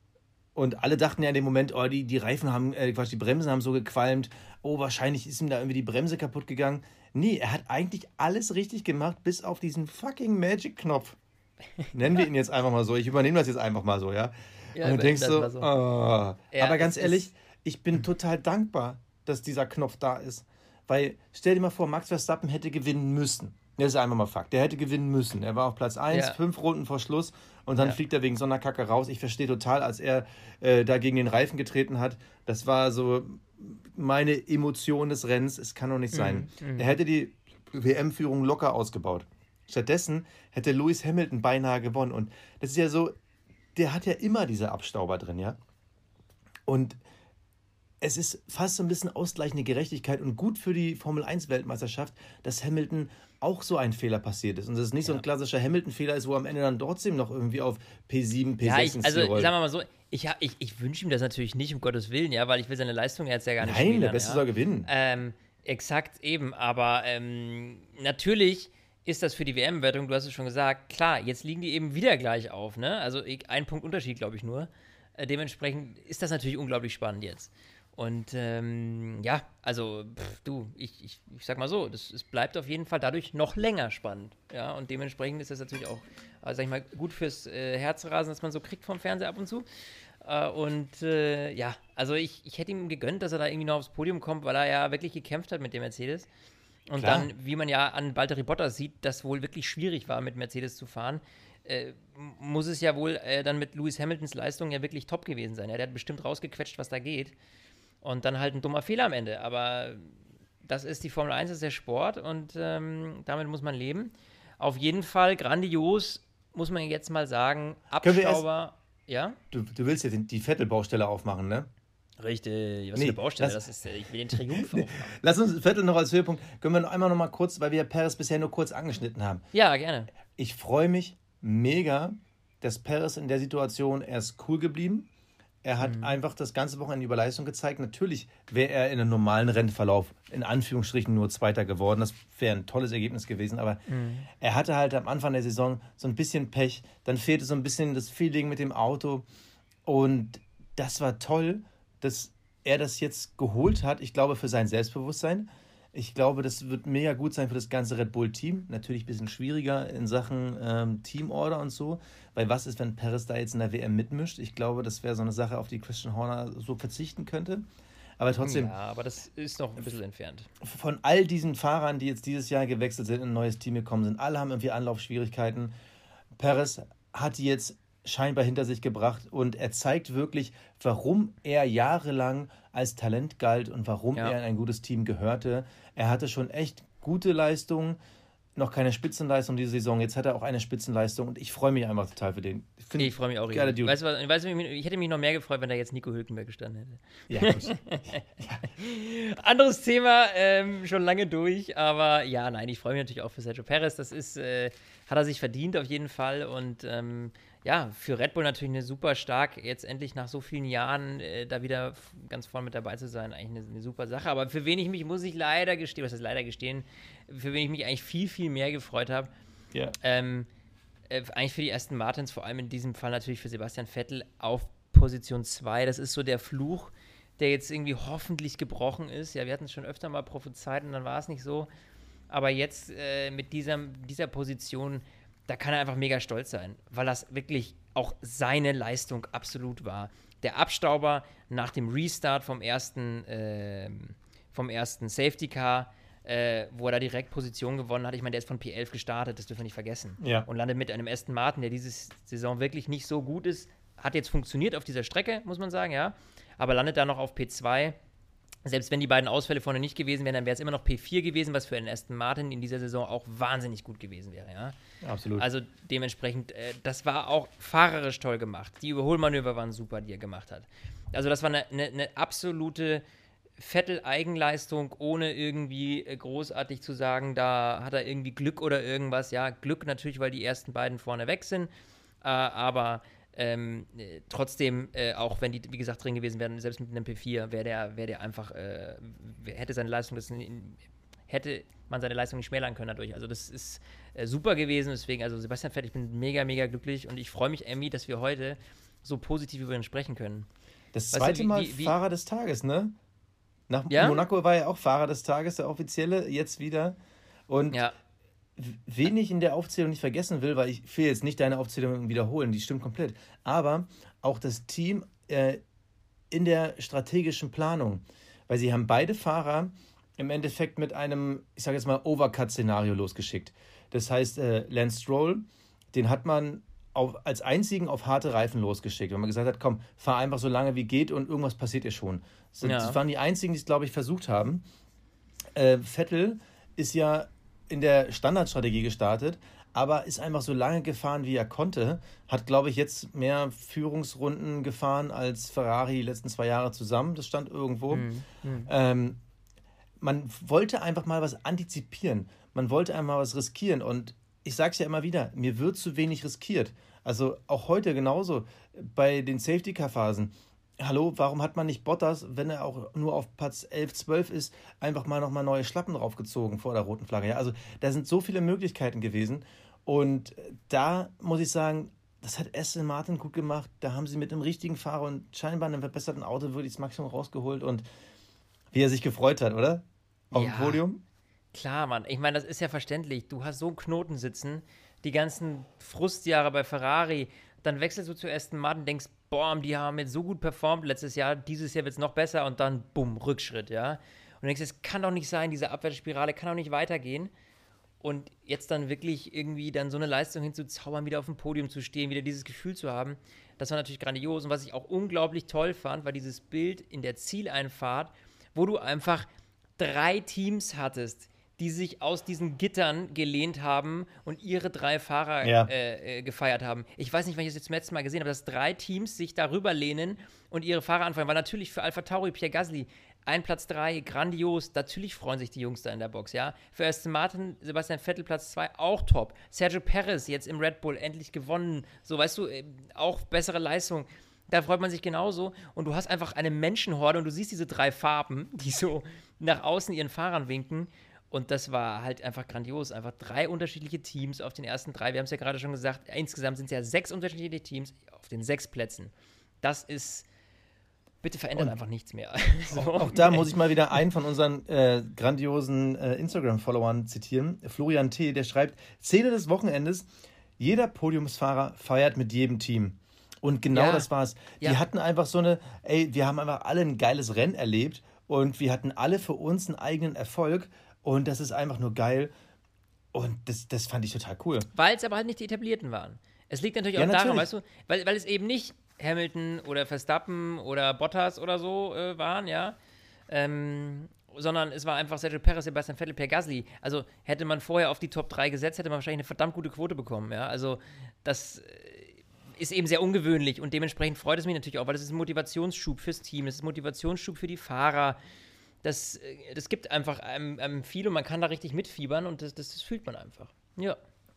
Und alle dachten ja in dem Moment, oh, die, die Reifen haben, äh, Quatsch, die Bremsen haben so gequalmt, oh, wahrscheinlich ist ihm da irgendwie die Bremse kaputt gegangen. Nee, er hat eigentlich alles richtig gemacht, bis auf diesen fucking Magic-Knopf. Nennen wir ihn jetzt einfach mal so. Ich übernehme das jetzt einfach mal so, ja. Ja, und du übernimm denkst das so, mal so. oh. Ja, Aber ganz es ehrlich, ist- ich bin total dankbar, dass dieser Knopf da ist. Weil, stell dir mal vor, Max Verstappen hätte gewinnen müssen. Das ist einfach mal Fakt. Der hätte gewinnen müssen. Er war auf Platz eins, Ja. fünf Runden vor Schluss und dann Ja. fliegt er wegen so einer Kacke raus. Ich verstehe total, als er äh, da gegen den Reifen getreten hat. Das war so meine Emotion des Rennens. Es kann doch nicht sein. Mhm. Er hätte die W M-Führung locker ausgebaut. Stattdessen hätte Lewis Hamilton beinahe gewonnen. Und das ist ja so, der hat ja immer diese Abstauber drin, ja. Und es ist fast so ein bisschen ausgleichende Gerechtigkeit und gut für die Formel eins Weltmeisterschaft, dass Hamilton auch so ein Fehler passiert ist. Und dass es nicht so ein klassischer Hamilton-Fehler ist, wo am Ende dann trotzdem noch irgendwie auf P sieben, P Ja, sechs ich, ins also Ziel rollt. sagen wir mal so, ich, hab- ich, ich wünsche ihm das natürlich nicht, um Gottes Willen, ja, weil ich will seine Leistung jetzt ja gar nicht Nein, schmälern, der Beste ja. soll gewinnen. Ähm, exakt eben, aber ähm, natürlich ist das für die W M-Wertung, du hast es schon gesagt, klar, jetzt liegen die eben wieder gleich auf, ne? Also ich- ein Punkt Unterschied, glaube ich nur. Äh, dementsprechend ist das natürlich unglaublich spannend jetzt. Und ähm, ja, also pff, du, ich, ich, ich sag mal so, das, es bleibt auf jeden Fall dadurch noch länger spannend. Ja, und dementsprechend ist das natürlich auch, äh, sag ich mal, gut fürs äh, Herzrasen, dass man so kriegt vom Fernseher ab und zu. Äh, und äh, ja, also ich, ich hätte ihm gegönnt, dass er da irgendwie noch aufs Podium kommt, weil er ja wirklich gekämpft hat mit dem Mercedes. Und Klar. dann, wie man ja an Valtteri Bottas sieht, das wohl wirklich schwierig war, mit Mercedes zu fahren, äh, m- muss es ja wohl äh, dann mit Lewis Hamiltons Leistung ja wirklich top gewesen sein. Ja, der hat bestimmt rausgequetscht, was da geht. Und dann halt ein dummer Fehler am Ende. Aber das ist die Formel eins, das ist der Sport und ähm, damit muss man leben. Auf jeden Fall grandios, muss man jetzt mal sagen. Können wir erst- Abstauber. Ja? Du, du willst ja den, die Vettel-Baustelle aufmachen, ne? Richtig. Was Nee, für eine Baustelle. das- Das ist, äh, ich will den Triumph aufmachen. Lass uns Vettel noch als Höhepunkt. Können wir noch einmal noch mal kurz, weil wir Perez bisher nur kurz angeschnitten haben. Ja, gerne. Ich freue mich mega, dass Perez in der Situation, er ist cool geblieben. Er hat Mhm. einfach das ganze Wochenende über Leistung gezeigt. Natürlich wäre er in einem normalen Rennverlauf in Anführungsstrichen nur Zweiter geworden. Das wäre ein tolles Ergebnis gewesen. Aber Mhm. er hatte halt am Anfang der Saison so ein bisschen Pech. Dann fehlte so ein bisschen das Feeling mit dem Auto. Und das war toll, dass er das jetzt geholt hat. Ich glaube, für sein Selbstbewusstsein. Ich glaube, das wird mega gut sein für das ganze Red Bull-Team. Natürlich ein bisschen schwieriger in Sachen ähm, Teamorder und so. Weil was ist, wenn Perez da jetzt in der W M mitmischt? Ich glaube, das wäre so eine Sache, auf die Christian Horner so verzichten könnte. Aber trotzdem, Ja, aber das ist noch ein bisschen entfernt. von all diesen Fahrern, die jetzt dieses Jahr gewechselt sind, in ein neues Team gekommen sind, alle haben irgendwie Anlaufschwierigkeiten. Perez hat die jetzt scheinbar hinter sich gebracht und er zeigt wirklich, warum er jahrelang als Talent galt und warum Ja. er in ein gutes Team gehörte. Er hatte schon echt gute Leistungen, noch keine Spitzenleistung diese Saison. Jetzt hat er auch eine Spitzenleistung und ich freue mich einfach total für den. Ich finde, Ich freue mich auch. geiler riesig. Dude. Weißt du was, weißt du, ich hätte mich noch mehr gefreut, wenn da jetzt Nico Hülkenberg gestanden hätte. ja, gut. Anderes Thema, ähm, schon lange durch, aber ja, nein, ich freue mich natürlich auch für Sergio Perez. Das ist, äh, hat er sich verdient auf jeden Fall und ähm, ja, für Red Bull natürlich eine super stark, jetzt endlich nach so vielen Jahren äh, da wieder f- ganz vorne mit dabei zu sein, eigentlich eine, eine super Sache. Aber für wen ich mich, muss ich leider gestehen, was heißt leider gestehen, für wen ich mich eigentlich viel, viel mehr gefreut habe, ja. ähm, äh, eigentlich für die Aston Martins, vor allem in diesem Fall natürlich für Sebastian Vettel auf Position zwei. Das ist so der Fluch, der jetzt irgendwie hoffentlich gebrochen ist. Ja, wir hatten es schon öfter mal prophezeit und dann war es nicht so. Aber jetzt äh, mit dieser, dieser Position, da kann er einfach mega stolz sein, weil das wirklich auch seine Leistung absolut war. Der Abstauber nach dem Restart vom ersten, ähm, vom ersten Safety Car, äh, wo er da direkt Position gewonnen hat. Ich meine, der ist von P elf gestartet, das dürfen wir nicht vergessen. Ja. Und landet mit einem Aston Martin, der diese Saison wirklich nicht so gut ist. Hat jetzt funktioniert auf dieser Strecke, muss man sagen, ja. Aber landet da noch auf P zwei. Selbst wenn die beiden Ausfälle vorne nicht gewesen wären, dann wäre es immer noch P vier gewesen, was für einen Aston Martin in dieser Saison auch wahnsinnig gut gewesen wäre, ja. Absolut. Also dementsprechend, äh, das war auch fahrerisch toll gemacht. Die Überholmanöver waren super, die er gemacht hat. Also das war eine, eine, eine absolute Vettel-Eigenleistung, ohne irgendwie äh, großartig zu sagen, da hat er irgendwie Glück oder irgendwas. Ja, Glück natürlich, weil die ersten beiden vorne weg sind, äh, aber ähm, äh, trotzdem, äh, auch wenn die, wie gesagt, drin gewesen wären, selbst mit einem P vier, wäre der, wär der einfach, äh, hätte seine Leistung, das in, hätte man seine Leistung nicht schmälern können dadurch. Also das ist äh, super gewesen, deswegen, also Sebastian Vettel, ich bin mega, mega glücklich und ich freue mich, Emmy, dass wir heute so positiv über ihn sprechen können. Das Weißt du, zweite wie- Mal wie- wie- Fahrer des Tages, ne? Nach Ja? Monaco war er auch Fahrer des Tages, der offizielle, jetzt wieder. Und Ja, wen ich in der Aufzählung nicht vergessen will, weil ich will jetzt nicht deine Aufzählung wiederholen, die stimmt komplett, aber auch das Team äh, in der strategischen Planung, weil sie haben beide Fahrer im Endeffekt mit einem, ich sage jetzt mal, Overcut-Szenario losgeschickt. Das heißt, äh, Lance Stroll, den hat man auf, als einzigen auf harte Reifen losgeschickt, weil man gesagt hat, komm, fahr einfach so lange wie geht und irgendwas passiert ihr schon. Das, ja. das waren die einzigen, die es, glaube ich, versucht haben. Äh, Vettel ist ja in der Standardstrategie gestartet, aber ist einfach so lange gefahren, wie er konnte. Hat, glaube ich, jetzt mehr Führungsrunden gefahren als Ferrari die letzten zwei Jahre zusammen. Das stand irgendwo. Mhm. Mhm. Ähm, man wollte einfach mal was antizipieren. Man wollte einmal was riskieren. Und ich sage es ja immer wieder, mir wird zu wenig riskiert. Also auch heute genauso bei den Safety-Car-Phasen. Hallo, warum hat man nicht Bottas, wenn er auch nur auf Platz elf, zwölf ist, einfach mal nochmal neue Schlappen draufgezogen vor der roten Flagge? Ja, also da sind so viele Möglichkeiten gewesen und da muss ich sagen, das hat Aston Martin gut gemacht. Da haben sie mit dem richtigen Fahrer und scheinbar einem verbesserten Auto wirklich das Maximum rausgeholt und wie er sich gefreut hat, oder? Auf ja, dem Podium? Klar, Mann. Ich meine, das ist ja verständlich. Du hast so einen Knoten sitzen, die ganzen Frustjahre bei Ferrari, dann wechselst du zu Aston Martin, denkst, boah, die haben jetzt so gut performt letztes Jahr, dieses Jahr wird es noch besser und dann, bumm, Rückschritt, ja. Und du denkst, es kann doch nicht sein, diese Abwärtsspirale kann doch nicht weitergehen. Und jetzt dann wirklich irgendwie dann so eine Leistung hinzuzaubern, wieder auf dem Podium zu stehen, wieder dieses Gefühl zu haben, das war natürlich grandios. Und was ich auch unglaublich toll fand, war dieses Bild in der Zieleinfahrt, wo du einfach drei Teams hattest, die sich aus diesen Gittern gelehnt haben und ihre drei Fahrer ja. äh, äh, gefeiert haben. Ich weiß nicht, wann ich das jetzt zum letzten Mal gesehen habe, dass drei Teams sich darüber lehnen und ihre Fahrer anfeuern. War natürlich für AlphaTauri, Pierre Gasly, ein Platz drei, grandios. Natürlich freuen sich die Jungs da in der Box, ja. Für Aston Martin, Sebastian Vettel, Platz zwei, auch top. Sergio Perez jetzt im Red Bull endlich gewonnen. So, weißt du, auch bessere Leistung. Da freut man sich genauso. Und du hast einfach eine Menschenhorde und du siehst diese drei Farben, die so nach außen ihren Fahrern winken. Und das war halt einfach grandios. Einfach drei unterschiedliche Teams auf den ersten drei. Wir haben es ja gerade schon gesagt, insgesamt sind es ja sechs unterschiedliche Teams auf den sechs Plätzen. Das ist, bitte verändert und einfach nichts mehr. So. Auch, auch da muss ich mal wieder einen von unseren äh, grandiosen äh, Instagram-Followern zitieren. Florian T., der schreibt, Szene des Wochenendes, jeder Podiumsfahrer feiert mit jedem Team. Und genau ja. das war's. Die ja. hatten einfach so eine, ey, wir haben einfach alle ein geiles Rennen erlebt und wir hatten alle für uns einen eigenen Erfolg. Und das ist einfach nur geil. Und das, das fand ich total cool. Weil es aber halt nicht die Etablierten waren. Es liegt natürlich auch ja, daran, natürlich. weißt du, weil, weil es eben nicht Hamilton oder Verstappen oder Bottas oder so äh, waren, ja. Ähm, sondern es war einfach Sergio Perez, Sebastian Vettel, Pierre Gasly. Also hätte man vorher auf die Top drei gesetzt, hätte man wahrscheinlich eine verdammt gute Quote bekommen, ja. Also das ist eben sehr ungewöhnlich und dementsprechend freut es mich natürlich auch, weil das ist ein Motivationsschub fürs Team, das ist ein Motivationsschub für die Fahrer. Das, das gibt einfach einem, einem viel und man kann da richtig mitfiebern und das, das, das fühlt man einfach. Ja.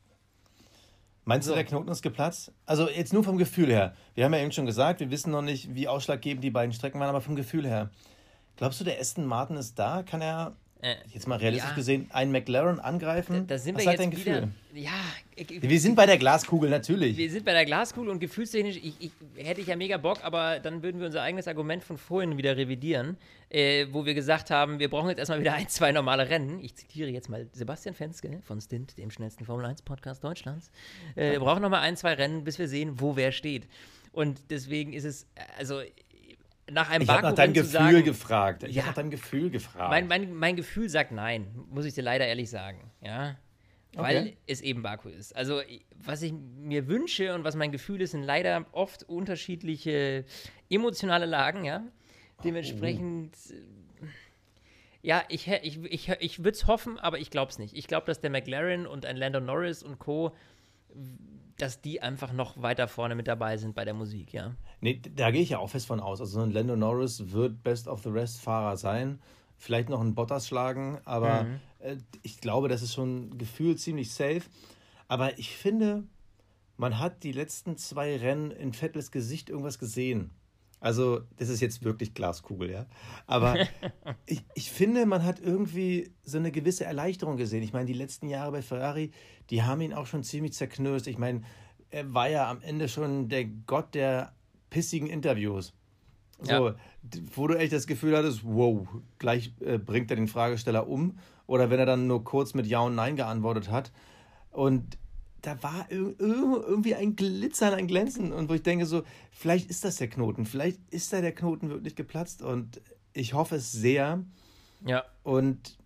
Meinst so. du, der Knoten ist geplatzt? Also jetzt nur vom Gefühl her. Wir haben ja eben schon gesagt, wir wissen noch nicht, wie ausschlaggebend die beiden Strecken waren, aber vom Gefühl her. Glaubst du, der Aston Martin ist da? Kann er, äh, jetzt mal realistisch ja. gesehen, einen McLaren angreifen? Da, da sind Was wir hat jetzt dein Gefühl? Wieder, ja. Ich, wir sind bei der Glaskugel, natürlich. Wir sind bei der Glaskugel und gefühlstechnisch ich, ich, hätte ich ja mega Bock, aber dann würden wir unser eigenes Argument von vorhin wieder revidieren, äh, wo wir gesagt haben, wir brauchen jetzt erstmal wieder ein, zwei normale Rennen. Ich zitiere jetzt mal Sebastian Fenske von Stint, dem schnellsten Formel eins Podcast Deutschlands. Äh, wir brauchen nochmal ein, zwei Rennen, bis wir sehen, wo wer steht. Und deswegen ist es, also nach einem Ich habe nach deinem Gefühl sagen, gefragt. Ich ja, habe nach deinem Gefühl gefragt. Mein, mein, mein Gefühl sagt nein, muss ich dir leider ehrlich sagen. Ja, weil okay. es eben Baku ist. Also, was ich mir wünsche und was mein Gefühl ist, sind leider oft unterschiedliche emotionale Lagen, ja. Dementsprechend, oh. ja, ich, ich, ich, ich würde es hoffen, aber ich glaube es nicht. Ich glaube, dass der McLaren und ein Lando Norris und Co., dass die einfach noch weiter vorne mit dabei sind bei der Musik, ja. Nee, da gehe ich ja auch fest von aus. Also, ein Lando Norris wird Best of the Rest-Fahrer sein. Vielleicht noch einen Bottas schlagen, aber mhm. äh, ich glaube, das ist schon gefühlt ziemlich safe. Aber ich finde, man hat die letzten zwei Rennen in Vettels Gesicht irgendwas gesehen. Also, das ist jetzt wirklich Glaskugel, ja. Aber ich, ich finde, man hat irgendwie so eine gewisse Erleichterung gesehen. Ich meine, die letzten Jahre bei Ferrari, die haben ihn auch schon ziemlich zerknirscht. Ich meine, er war ja am Ende schon der Gott der pissigen Interviews. So, ja. Wo du echt das Gefühl hattest, wow, gleich äh, bringt er den Fragesteller um. Oder wenn er dann nur kurz mit Ja und Nein geantwortet hat. Und da war irgendwie ein Glitzern, ein Glänzen. Und wo ich denke so, vielleicht ist das der Knoten. Vielleicht ist da der Knoten wirklich geplatzt. Und ich hoffe es sehr. Ja. Und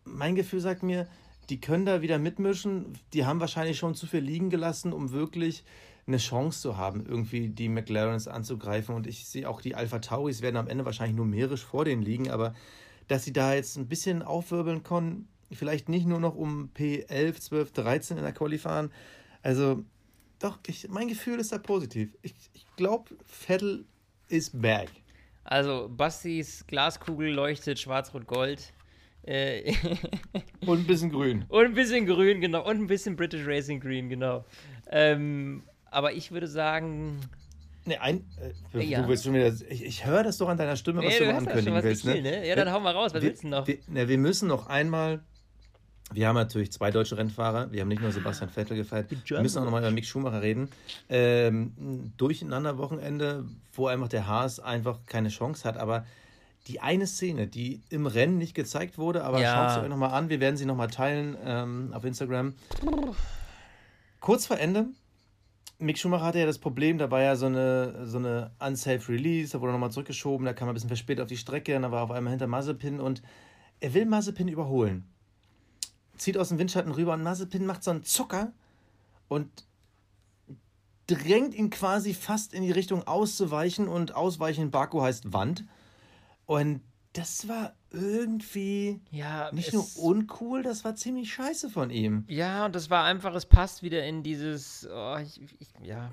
mein Gefühl sagt mir, die können da wieder mitmischen. Die haben wahrscheinlich schon zu viel liegen gelassen, um wirklich eine Chance zu haben, irgendwie die McLarens anzugreifen. Und ich sehe auch, die Alpha Tauris werden am Ende wahrscheinlich numerisch vor denen liegen, aber dass sie da jetzt ein bisschen aufwirbeln können, vielleicht nicht nur noch um P elf, zwölf, dreizehn in der Quali fahren. Also doch, ich, mein Gefühl ist da positiv. Ich, ich glaube, Vettel ist back. Also Bastis Glaskugel leuchtet schwarz-rot-gold. Äh, Und ein bisschen grün. Und ein bisschen grün, genau. Und ein bisschen British Racing Green, genau. Ähm, aber ich würde sagen... Nee, ein, äh, du Ja. willst schon wieder, ich, ich höre das doch an deiner Stimme, was Nee, du du mal hast ja schon ankündigen was willst. gefühlt, Ne? ne? Ja, dann hau mal raus, was wir, willst du noch? Wir, ne, wir müssen noch einmal, wir haben natürlich zwei deutsche Rennfahrer, wir haben nicht nur Sebastian Vettel gefeiert, wir müssen auch nochmal über Mick Schumacher reden. Ähm, ein Durcheinander-Wochenende, wo einfach der Haas einfach keine Chance hat, aber die eine Szene, die im Rennen nicht gezeigt wurde, aber Ja. schaut sie euch nochmal an, wir werden sie nochmal teilen ähm, auf Instagram. Kurz vor Ende, Mick Schumacher hatte ja das Problem, da war ja so eine, so eine unsafe Release, da wurde er nochmal zurückgeschoben, da kam er ein bisschen verspätet auf die Strecke und da war er auf einmal hinter Mazepin und er will Mazepin überholen. Zieht aus dem Windschatten rüber und Mazepin macht so einen Zucker und drängt ihn quasi fast in die Richtung auszuweichen und ausweichen in Baku heißt Wand. Und das war irgendwie Ja, nicht es- nur uncool, das war ziemlich scheiße von ihm. Ja, und das war einfach, es passt wieder in dieses, oh, ich, ich, ja.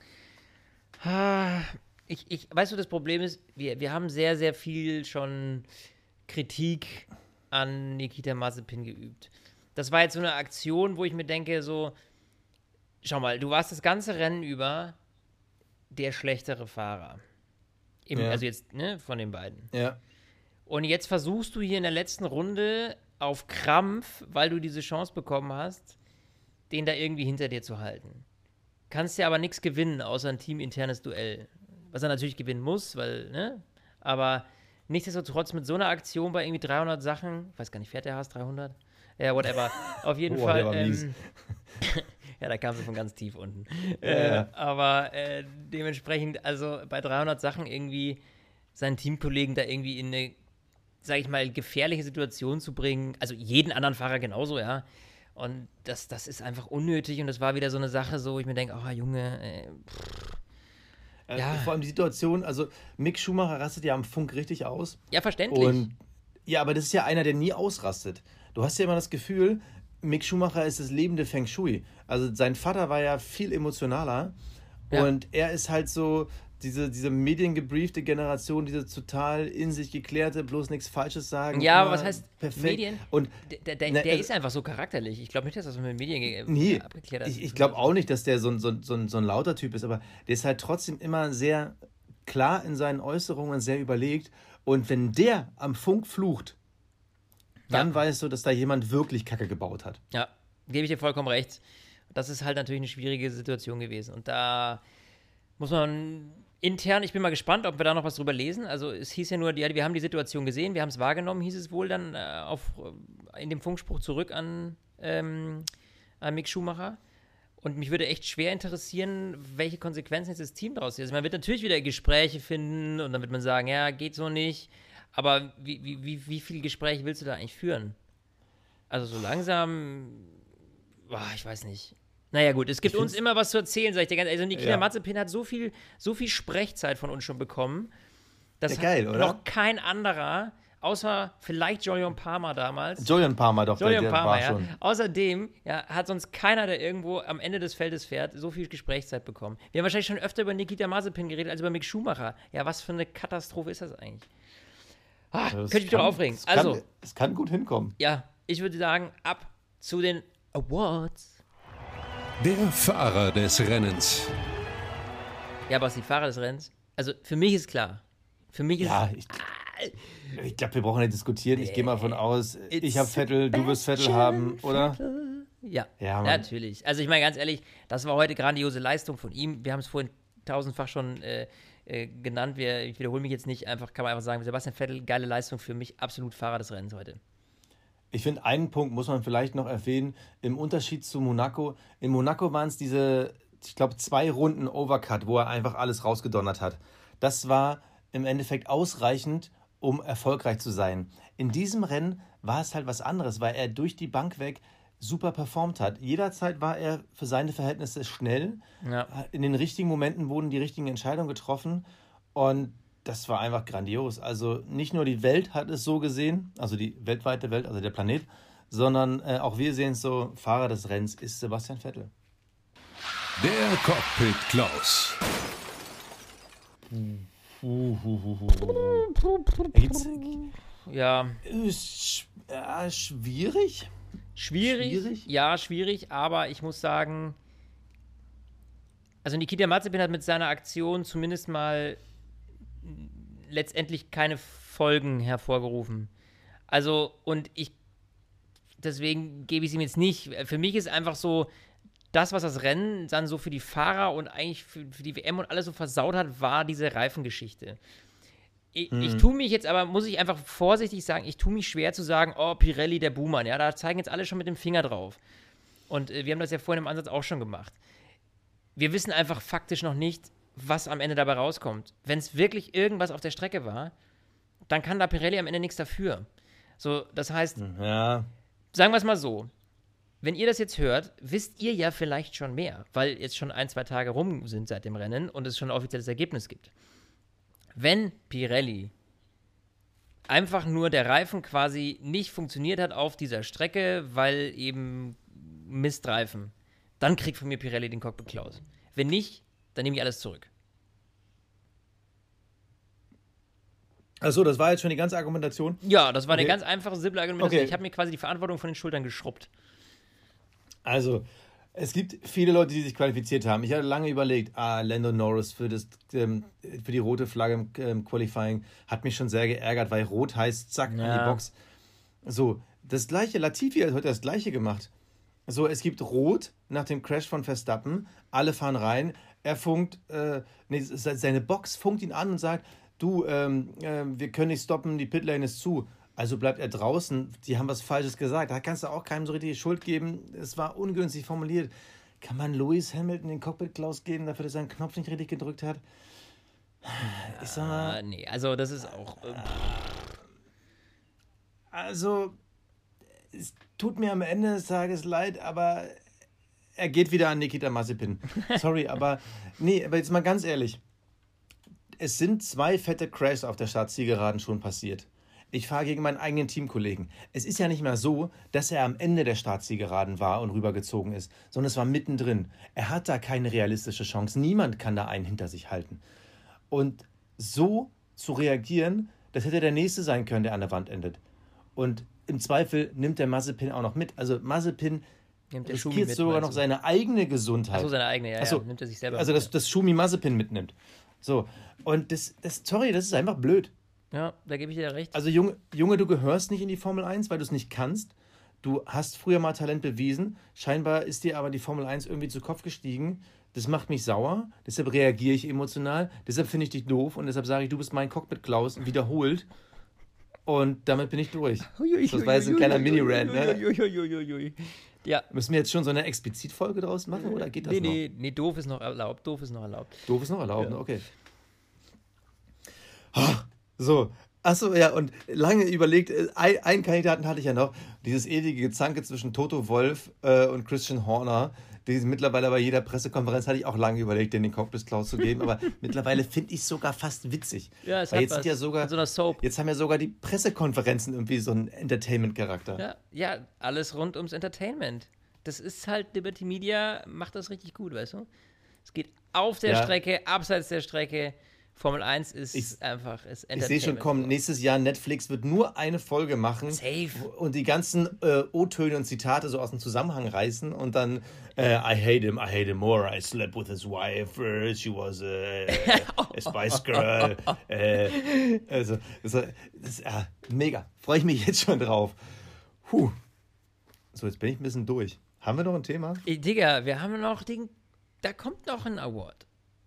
Ah, Ich, ich, weißt du, das Problem ist, wir, wir haben sehr, sehr viel schon Kritik an Nikita Mazepin geübt. Das war jetzt so eine Aktion, wo ich mir denke, so, schau mal, du warst das ganze Rennen über der schlechtere Fahrer. Im, Ja. Also jetzt, ne, von den beiden. Ja. Und jetzt versuchst du hier in der letzten Runde auf Krampf, weil du diese Chance bekommen hast, den da irgendwie hinter dir zu halten. Kannst ja aber nichts gewinnen, außer ein teaminternes Duell. Was er natürlich gewinnen muss, weil, ne? Aber nichtsdestotrotz mit so einer Aktion bei irgendwie dreihundert Sachen, ich weiß gar nicht, fährt der Haas dreihundert? Ja, whatever. Auf jeden Oh, Fall. der war mies. Ähm, ja, da kam sie von ganz tief unten. Ja, Äh, ja. aber äh, dementsprechend, also bei dreihundert Sachen irgendwie seinen Teamkollegen da irgendwie in eine, sag ich mal, gefährliche Situation zu bringen. Also jeden anderen Fahrer genauso, ja. Und das, das ist einfach unnötig und das war wieder so eine Sache, so, wo ich mir denke, oh Junge, äh, pff. Äh, Ja. Vor allem die Situation, also Mick Schumacher rastet ja am Funk richtig aus. Ja, verständlich. Und ja, aber das ist ja einer, der nie ausrastet. Du hast ja immer das Gefühl, Mick Schumacher ist das lebende Feng Shui. Also sein Vater war ja viel emotionaler Ja. und er ist halt so diese, diese mediengebriefte Generation, diese total in sich geklärte, bloß nichts Falsches sagen. Ja, aber immer was heißt perfekt. Medien? Und Der, der, Ne, der also- ist einfach so charakterlich. Ich glaube nicht, dass das mit Medien ge- Nee, abgeklärt ist. ich, ich glaube auch nicht, dass der so ein, so, ein, so, ein, so ein lauter Typ ist, aber der ist halt trotzdem immer sehr klar in seinen Äußerungen, sehr überlegt. Und wenn der am Funk flucht, dann Ja. weißt du, dass da jemand wirklich Kacke gebaut hat. Ja, gebe ich dir vollkommen recht. Das ist halt natürlich eine schwierige Situation gewesen. Und da muss man intern, ich bin mal gespannt, ob wir da noch was drüber lesen. Also es hieß ja nur, ja, wir haben die Situation gesehen, wir haben es wahrgenommen, hieß es wohl dann äh, auf, äh, in dem Funkspruch zurück an, ähm, an Mick Schumacher. Und mich würde echt schwer interessieren, welche Konsequenzen jetzt das Team daraus zieht. Also man wird natürlich wieder Gespräche finden und dann wird man sagen, ja, geht so nicht. Aber wie, wie, wie, wie viele Gespräche willst du da eigentlich führen? Also so langsam, boah, ich weiß nicht. Naja gut, es gibt Ich uns find's- immer was zu erzählen, sag ich dir ganz ehrlich. Also Nikita Ja. Mazepin hat so viel, so viel Sprechzeit von uns schon bekommen. Das Ja, geil, hat oder? noch kein anderer, außer vielleicht Julian Palmer damals. Julian Palmer doch, Julian der, der Palmer, war ja. schon. Außerdem ja, hat sonst keiner, der irgendwo am Ende des Feldes fährt, so viel Gesprächszeit bekommen. Wir haben wahrscheinlich schon öfter über Nikita Mazepin geredet als über Mick Schumacher. Ja, was für eine Katastrophe ist das eigentlich? Ah, Das könnte ich mich kann- doch aufregen. Es kann, Also, es kann gut hinkommen. ja, ich würde sagen, ab zu den Awards. Der Fahrer des Rennens. Ja, aber die Fahrer des Rennens. Also, für mich ist klar. Für mich ist Ja, ich, ich glaube, wir brauchen nicht diskutieren. Ich gehe mal von aus, ich It's habe Vettel, du wirst Vettel haben, oder? Ja, Ja, Mann. natürlich. Also ich meine ganz ehrlich, das war heute grandiose Leistung von ihm. Wir haben es vorhin tausendfach schon äh, äh, genannt. Wir, ich wiederhole mich jetzt nicht. Einfach kann man einfach sagen, Sebastian Vettel, geile Leistung für mich, absolut Fahrer des Rennens heute. Ich finde, einen Punkt muss man vielleicht noch erwähnen, im Unterschied zu Monaco. In Monaco waren es diese, ich glaube, zwei Runden Overcut, wo er einfach alles rausgedonnert hat. Das war im Endeffekt ausreichend, um erfolgreich zu sein. In diesem Rennen war es halt was anderes, weil er durch die Bank weg super performt hat. Jederzeit war er für seine Verhältnisse schnell. Ja. In den richtigen Momenten wurden die richtigen Entscheidungen getroffen und das war einfach grandios. Also nicht nur die Welt hat es so gesehen, also die weltweite Welt, also der Planet, sondern äh, auch wir sehen es so, Fahrer des Rennens ist Sebastian Vettel. Der Cockpit Klaus. Gibt's, Ja. ist, ja, schwierig. Schwierig, Schwierig? ja, schwierig, aber ich muss sagen, also Nikita Mazepin hat mit seiner Aktion zumindest mal letztendlich keine Folgen hervorgerufen. Also, und ich, deswegen gebe ich es ihm jetzt nicht. Für mich ist einfach so, das, was das Rennen dann so für die Fahrer und eigentlich für, für die W M und alles so versaut hat, war diese Reifengeschichte. Ich, Hm. ich tue mich jetzt aber, muss ich einfach vorsichtig sagen, ich tue mich schwer zu sagen, oh, Pirelli, der Buhmann, ja, da zeigen jetzt alle schon mit dem Finger drauf. Und äh, wir haben das ja vorhin im Ansatz auch schon gemacht. Wir wissen einfach faktisch noch nicht, was am Ende dabei rauskommt. Wenn es wirklich irgendwas auf der Strecke war, dann kann da Pirelli am Ende nichts dafür. So, das heißt, Ja, sagen wir es mal so, wenn ihr das jetzt hört, wisst ihr ja vielleicht schon mehr, weil jetzt schon ein, zwei Tage rum sind seit dem Rennen und es schon ein offizielles Ergebnis gibt. Wenn Pirelli einfach nur der Reifen quasi nicht funktioniert hat auf dieser Strecke, weil eben Mistreifen, dann kriegt von mir Pirelli den Cockpit Klaus. Wenn nicht, dann nehme ich alles zurück. achso, das war jetzt schon die ganze Argumentation. Ja, das war eine Okay. ganz einfache, simple Argumentation. Okay. Ich habe mir quasi die Verantwortung von den Schultern geschrubbt. Also, es gibt viele Leute, die sich qualifiziert haben. Ich hatte lange überlegt, ah, Lando Norris für, das, ähm, für die rote Flagge im ähm, Qualifying hat mich schon sehr geärgert, weil rot heißt, zack, Ja. an die Box. So, das gleiche, Latifi hat heute das gleiche gemacht. So, es gibt rot nach dem Crash von Verstappen, alle fahren rein, er funkt, äh, nee, seine Box funkt ihn an und sagt, du, ähm, äh, wir können nicht stoppen, die Pitlane ist zu. Also bleibt er draußen, die haben was Falsches gesagt. Da kannst du auch keinem so richtig Schuld geben. Es war ungünstig formuliert. Kann man Lewis Hamilton den Cockpit Klaus geben, dafür, dass er seinen Knopf nicht richtig gedrückt hat? Ich sag mal, Ah, nee, also das ist auch. Äh, also, es tut mir am Ende des Tages leid, aber er geht wieder an Nikita Mazepin. Sorry, aber nee, aber jetzt mal ganz ehrlich. Es sind zwei fette Crashs auf der Startzielgeraden schon passiert. Ich fahre gegen meinen eigenen Teamkollegen. Es ist ja nicht mehr so, dass er am Ende der Startzielgeraden war und rübergezogen ist, sondern es war mittendrin. Er hat da keine realistische Chance. Niemand kann da einen hinter sich halten. Und so zu reagieren, das hätte der Nächste sein können, der an der Wand endet. Und im Zweifel nimmt der Mazepin auch noch mit. Also Mazepin nimmt der Schumi riskiert mit, sogar meinst noch du? seine eigene Gesundheit. Achso, seine eigene, ja, Ach so. ja, nimmt er sich selber Also, mit, dass das Schumi Mazepin mitnimmt. So, und das, das, sorry, das ist einfach blöd. ja, da gebe ich dir recht. Also, Junge, Junge, du gehörst nicht in die Formel eins, weil du es nicht kannst. Du hast früher mal Talent bewiesen. Scheinbar ist dir aber die Formel eins irgendwie zu Kopf gestiegen. Das macht mich sauer. Deshalb reagiere ich emotional. Deshalb finde ich dich doof. Und deshalb sage ich, du bist mein Cockpit Klaus. Wiederholt. Und damit bin ich durch. Das war jetzt ein kleiner Mini-Rant, ne? Ja. Müssen wir jetzt schon so eine Explizit-Folge draus machen oder geht das Nee, noch? nee, nee, doof ist noch erlaubt, doof ist noch erlaubt. Doof ist noch erlaubt, Ja. ne? Okay. Ah, So, achso, ja, und lange überlegt, äh, ein, einen Kandidaten hatte ich ja noch, dieses ewige Gezanke zwischen Toto Wolff äh, und Christian Horner, die mittlerweile bei jeder Pressekonferenz hatte ich auch lange überlegt, den den Cockpit Klaus zu geben, aber mittlerweile finde ich es sogar fast witzig. Ja, es Weil hat jetzt was. sind ja sogar, Mit so einer Soap. jetzt haben ja sogar die Pressekonferenzen irgendwie so einen Entertainment-Charakter. Ja, ja, alles rund ums Entertainment. Das ist halt, Liberty Media macht das richtig gut, weißt du? Es geht auf der Ja. Strecke, abseits der Strecke. Formel eins ist Ich- einfach ist Ich Entertainment. sehe schon kommen, nächstes Jahr Netflix wird nur eine Folge machen Safe. und die ganzen äh, O-Töne und Zitate so aus dem Zusammenhang reißen und dann äh, I hate him, I hate him more, I slept with his wife, uh, she was a, a Spice Girl. äh, also, das, das ist äh, mega, freue ich mich jetzt schon drauf. Puh. So, jetzt bin ich ein bisschen durch. Haben wir noch ein Thema? Ey, Digga, wir haben noch den, da kommt noch ein Award.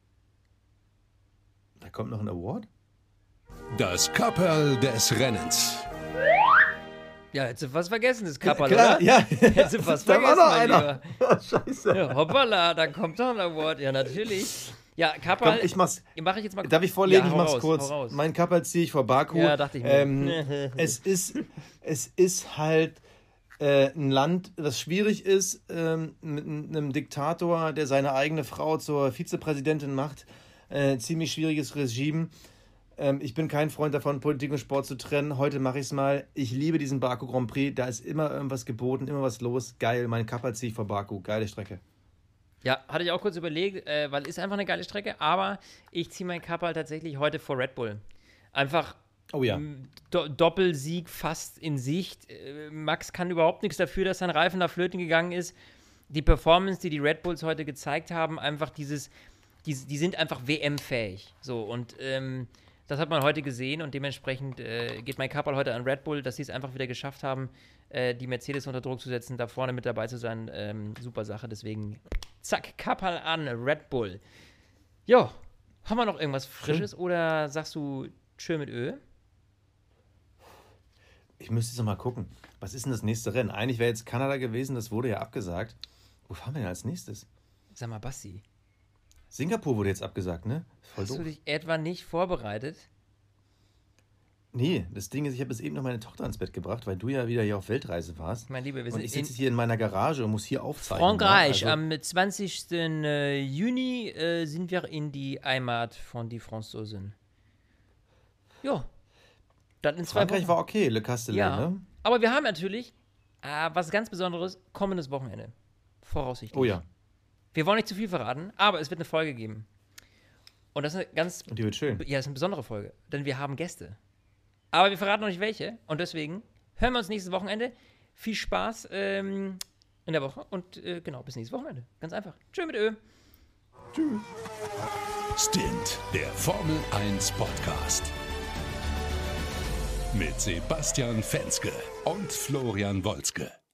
Da kommt noch ein Award? Das Kapperl des Rennens. Ja, jetzt was vergessen, das Kapperl, Klar, oder? ja. Jetzt sind was da vergessen, war noch mein einer. Lieber. Scheiße. Ja, hoppala, da kommt noch ein Award. Ja, natürlich. Ja, Kapperl, Komm, ich mach's. Mach ich jetzt mal. Darf ich vorlegen? Ja, ich hau mach's raus, kurz. hau raus. Mein Kapperl ziehe ich vor Baku. Ja, dachte ich mir. Ähm, es, ist, es ist halt äh, ein Land, das schwierig ist, ähm, mit einem Diktator, der seine eigene Frau zur Vizepräsidentin macht. Äh, ziemlich schwieriges Regime. Ähm, ich bin kein Freund davon, Politik und Sport zu trennen. Heute mache ich es mal. Ich liebe diesen Baku Grand Prix. Da ist immer irgendwas geboten, immer was los. Geil, mein Kapperl ziehe ich vor Baku. Geile Strecke. Ja, hatte ich auch kurz überlegt, äh, weil ist einfach eine geile Strecke, aber ich ziehe meinen Kapperl tatsächlich heute vor Red Bull. Einfach Oh ja. m, Do- Doppelsieg fast in Sicht. Äh, Max kann überhaupt nichts dafür, dass sein Reifen da flöten gegangen ist. Die Performance, die die Red Bulls heute gezeigt haben, einfach dieses, die, die sind einfach W M-fähig. So, und ähm, das hat man heute gesehen und dementsprechend äh, geht mein Kapperl heute an Red Bull, dass sie es einfach wieder geschafft haben, äh, die Mercedes unter Druck zu setzen, da vorne mit dabei zu sein. Ähm, super Sache, deswegen zack, Kapperl an Red Bull. Jo, haben wir noch irgendwas Frisches Schön. oder sagst du tschö mit Ö? Ich müsste jetzt noch mal gucken. Was ist denn das nächste Rennen? Eigentlich wäre jetzt Kanada gewesen, das wurde ja abgesagt. Wo fahren wir denn als nächstes? Sag mal, Basti, Singapur wurde jetzt abgesagt, ne? Voll hast doof. du dich etwa nicht vorbereitet? Nee, das Ding ist, ich habe jetzt eben noch meine Tochter ins Bett gebracht, weil du ja wieder hier auf Weltreise warst. Mein Lieber, wir Und sind ich in sitze hier in meiner Garage und muss hier aufzeichnen. Frankreich. Ja? Also, Am zwanzigsten äh, Juni äh, sind wir in die Heimat von die Franzosen. Ja, dann in zwei Frankreich Wochen. war okay, Le Castellet, Ja, ne? aber wir haben natürlich äh, was ganz Besonderes kommendes Wochenende. Voraussichtlich. Oh ja, Wir wollen nicht zu viel verraten, aber es wird eine Folge geben. Und das ist eine ganz, und die wird schön. ja, das ist eine besondere Folge, denn wir haben Gäste. Aber wir verraten noch nicht welche und deswegen hören wir uns nächstes Wochenende. Viel Spaß ähm, in der Woche und äh, genau, bis nächstes Wochenende. Ganz einfach. Tschö mit Ö. Stint, der Formel eins Podcast. Mit Sebastian Fenske und Florian Wolzke.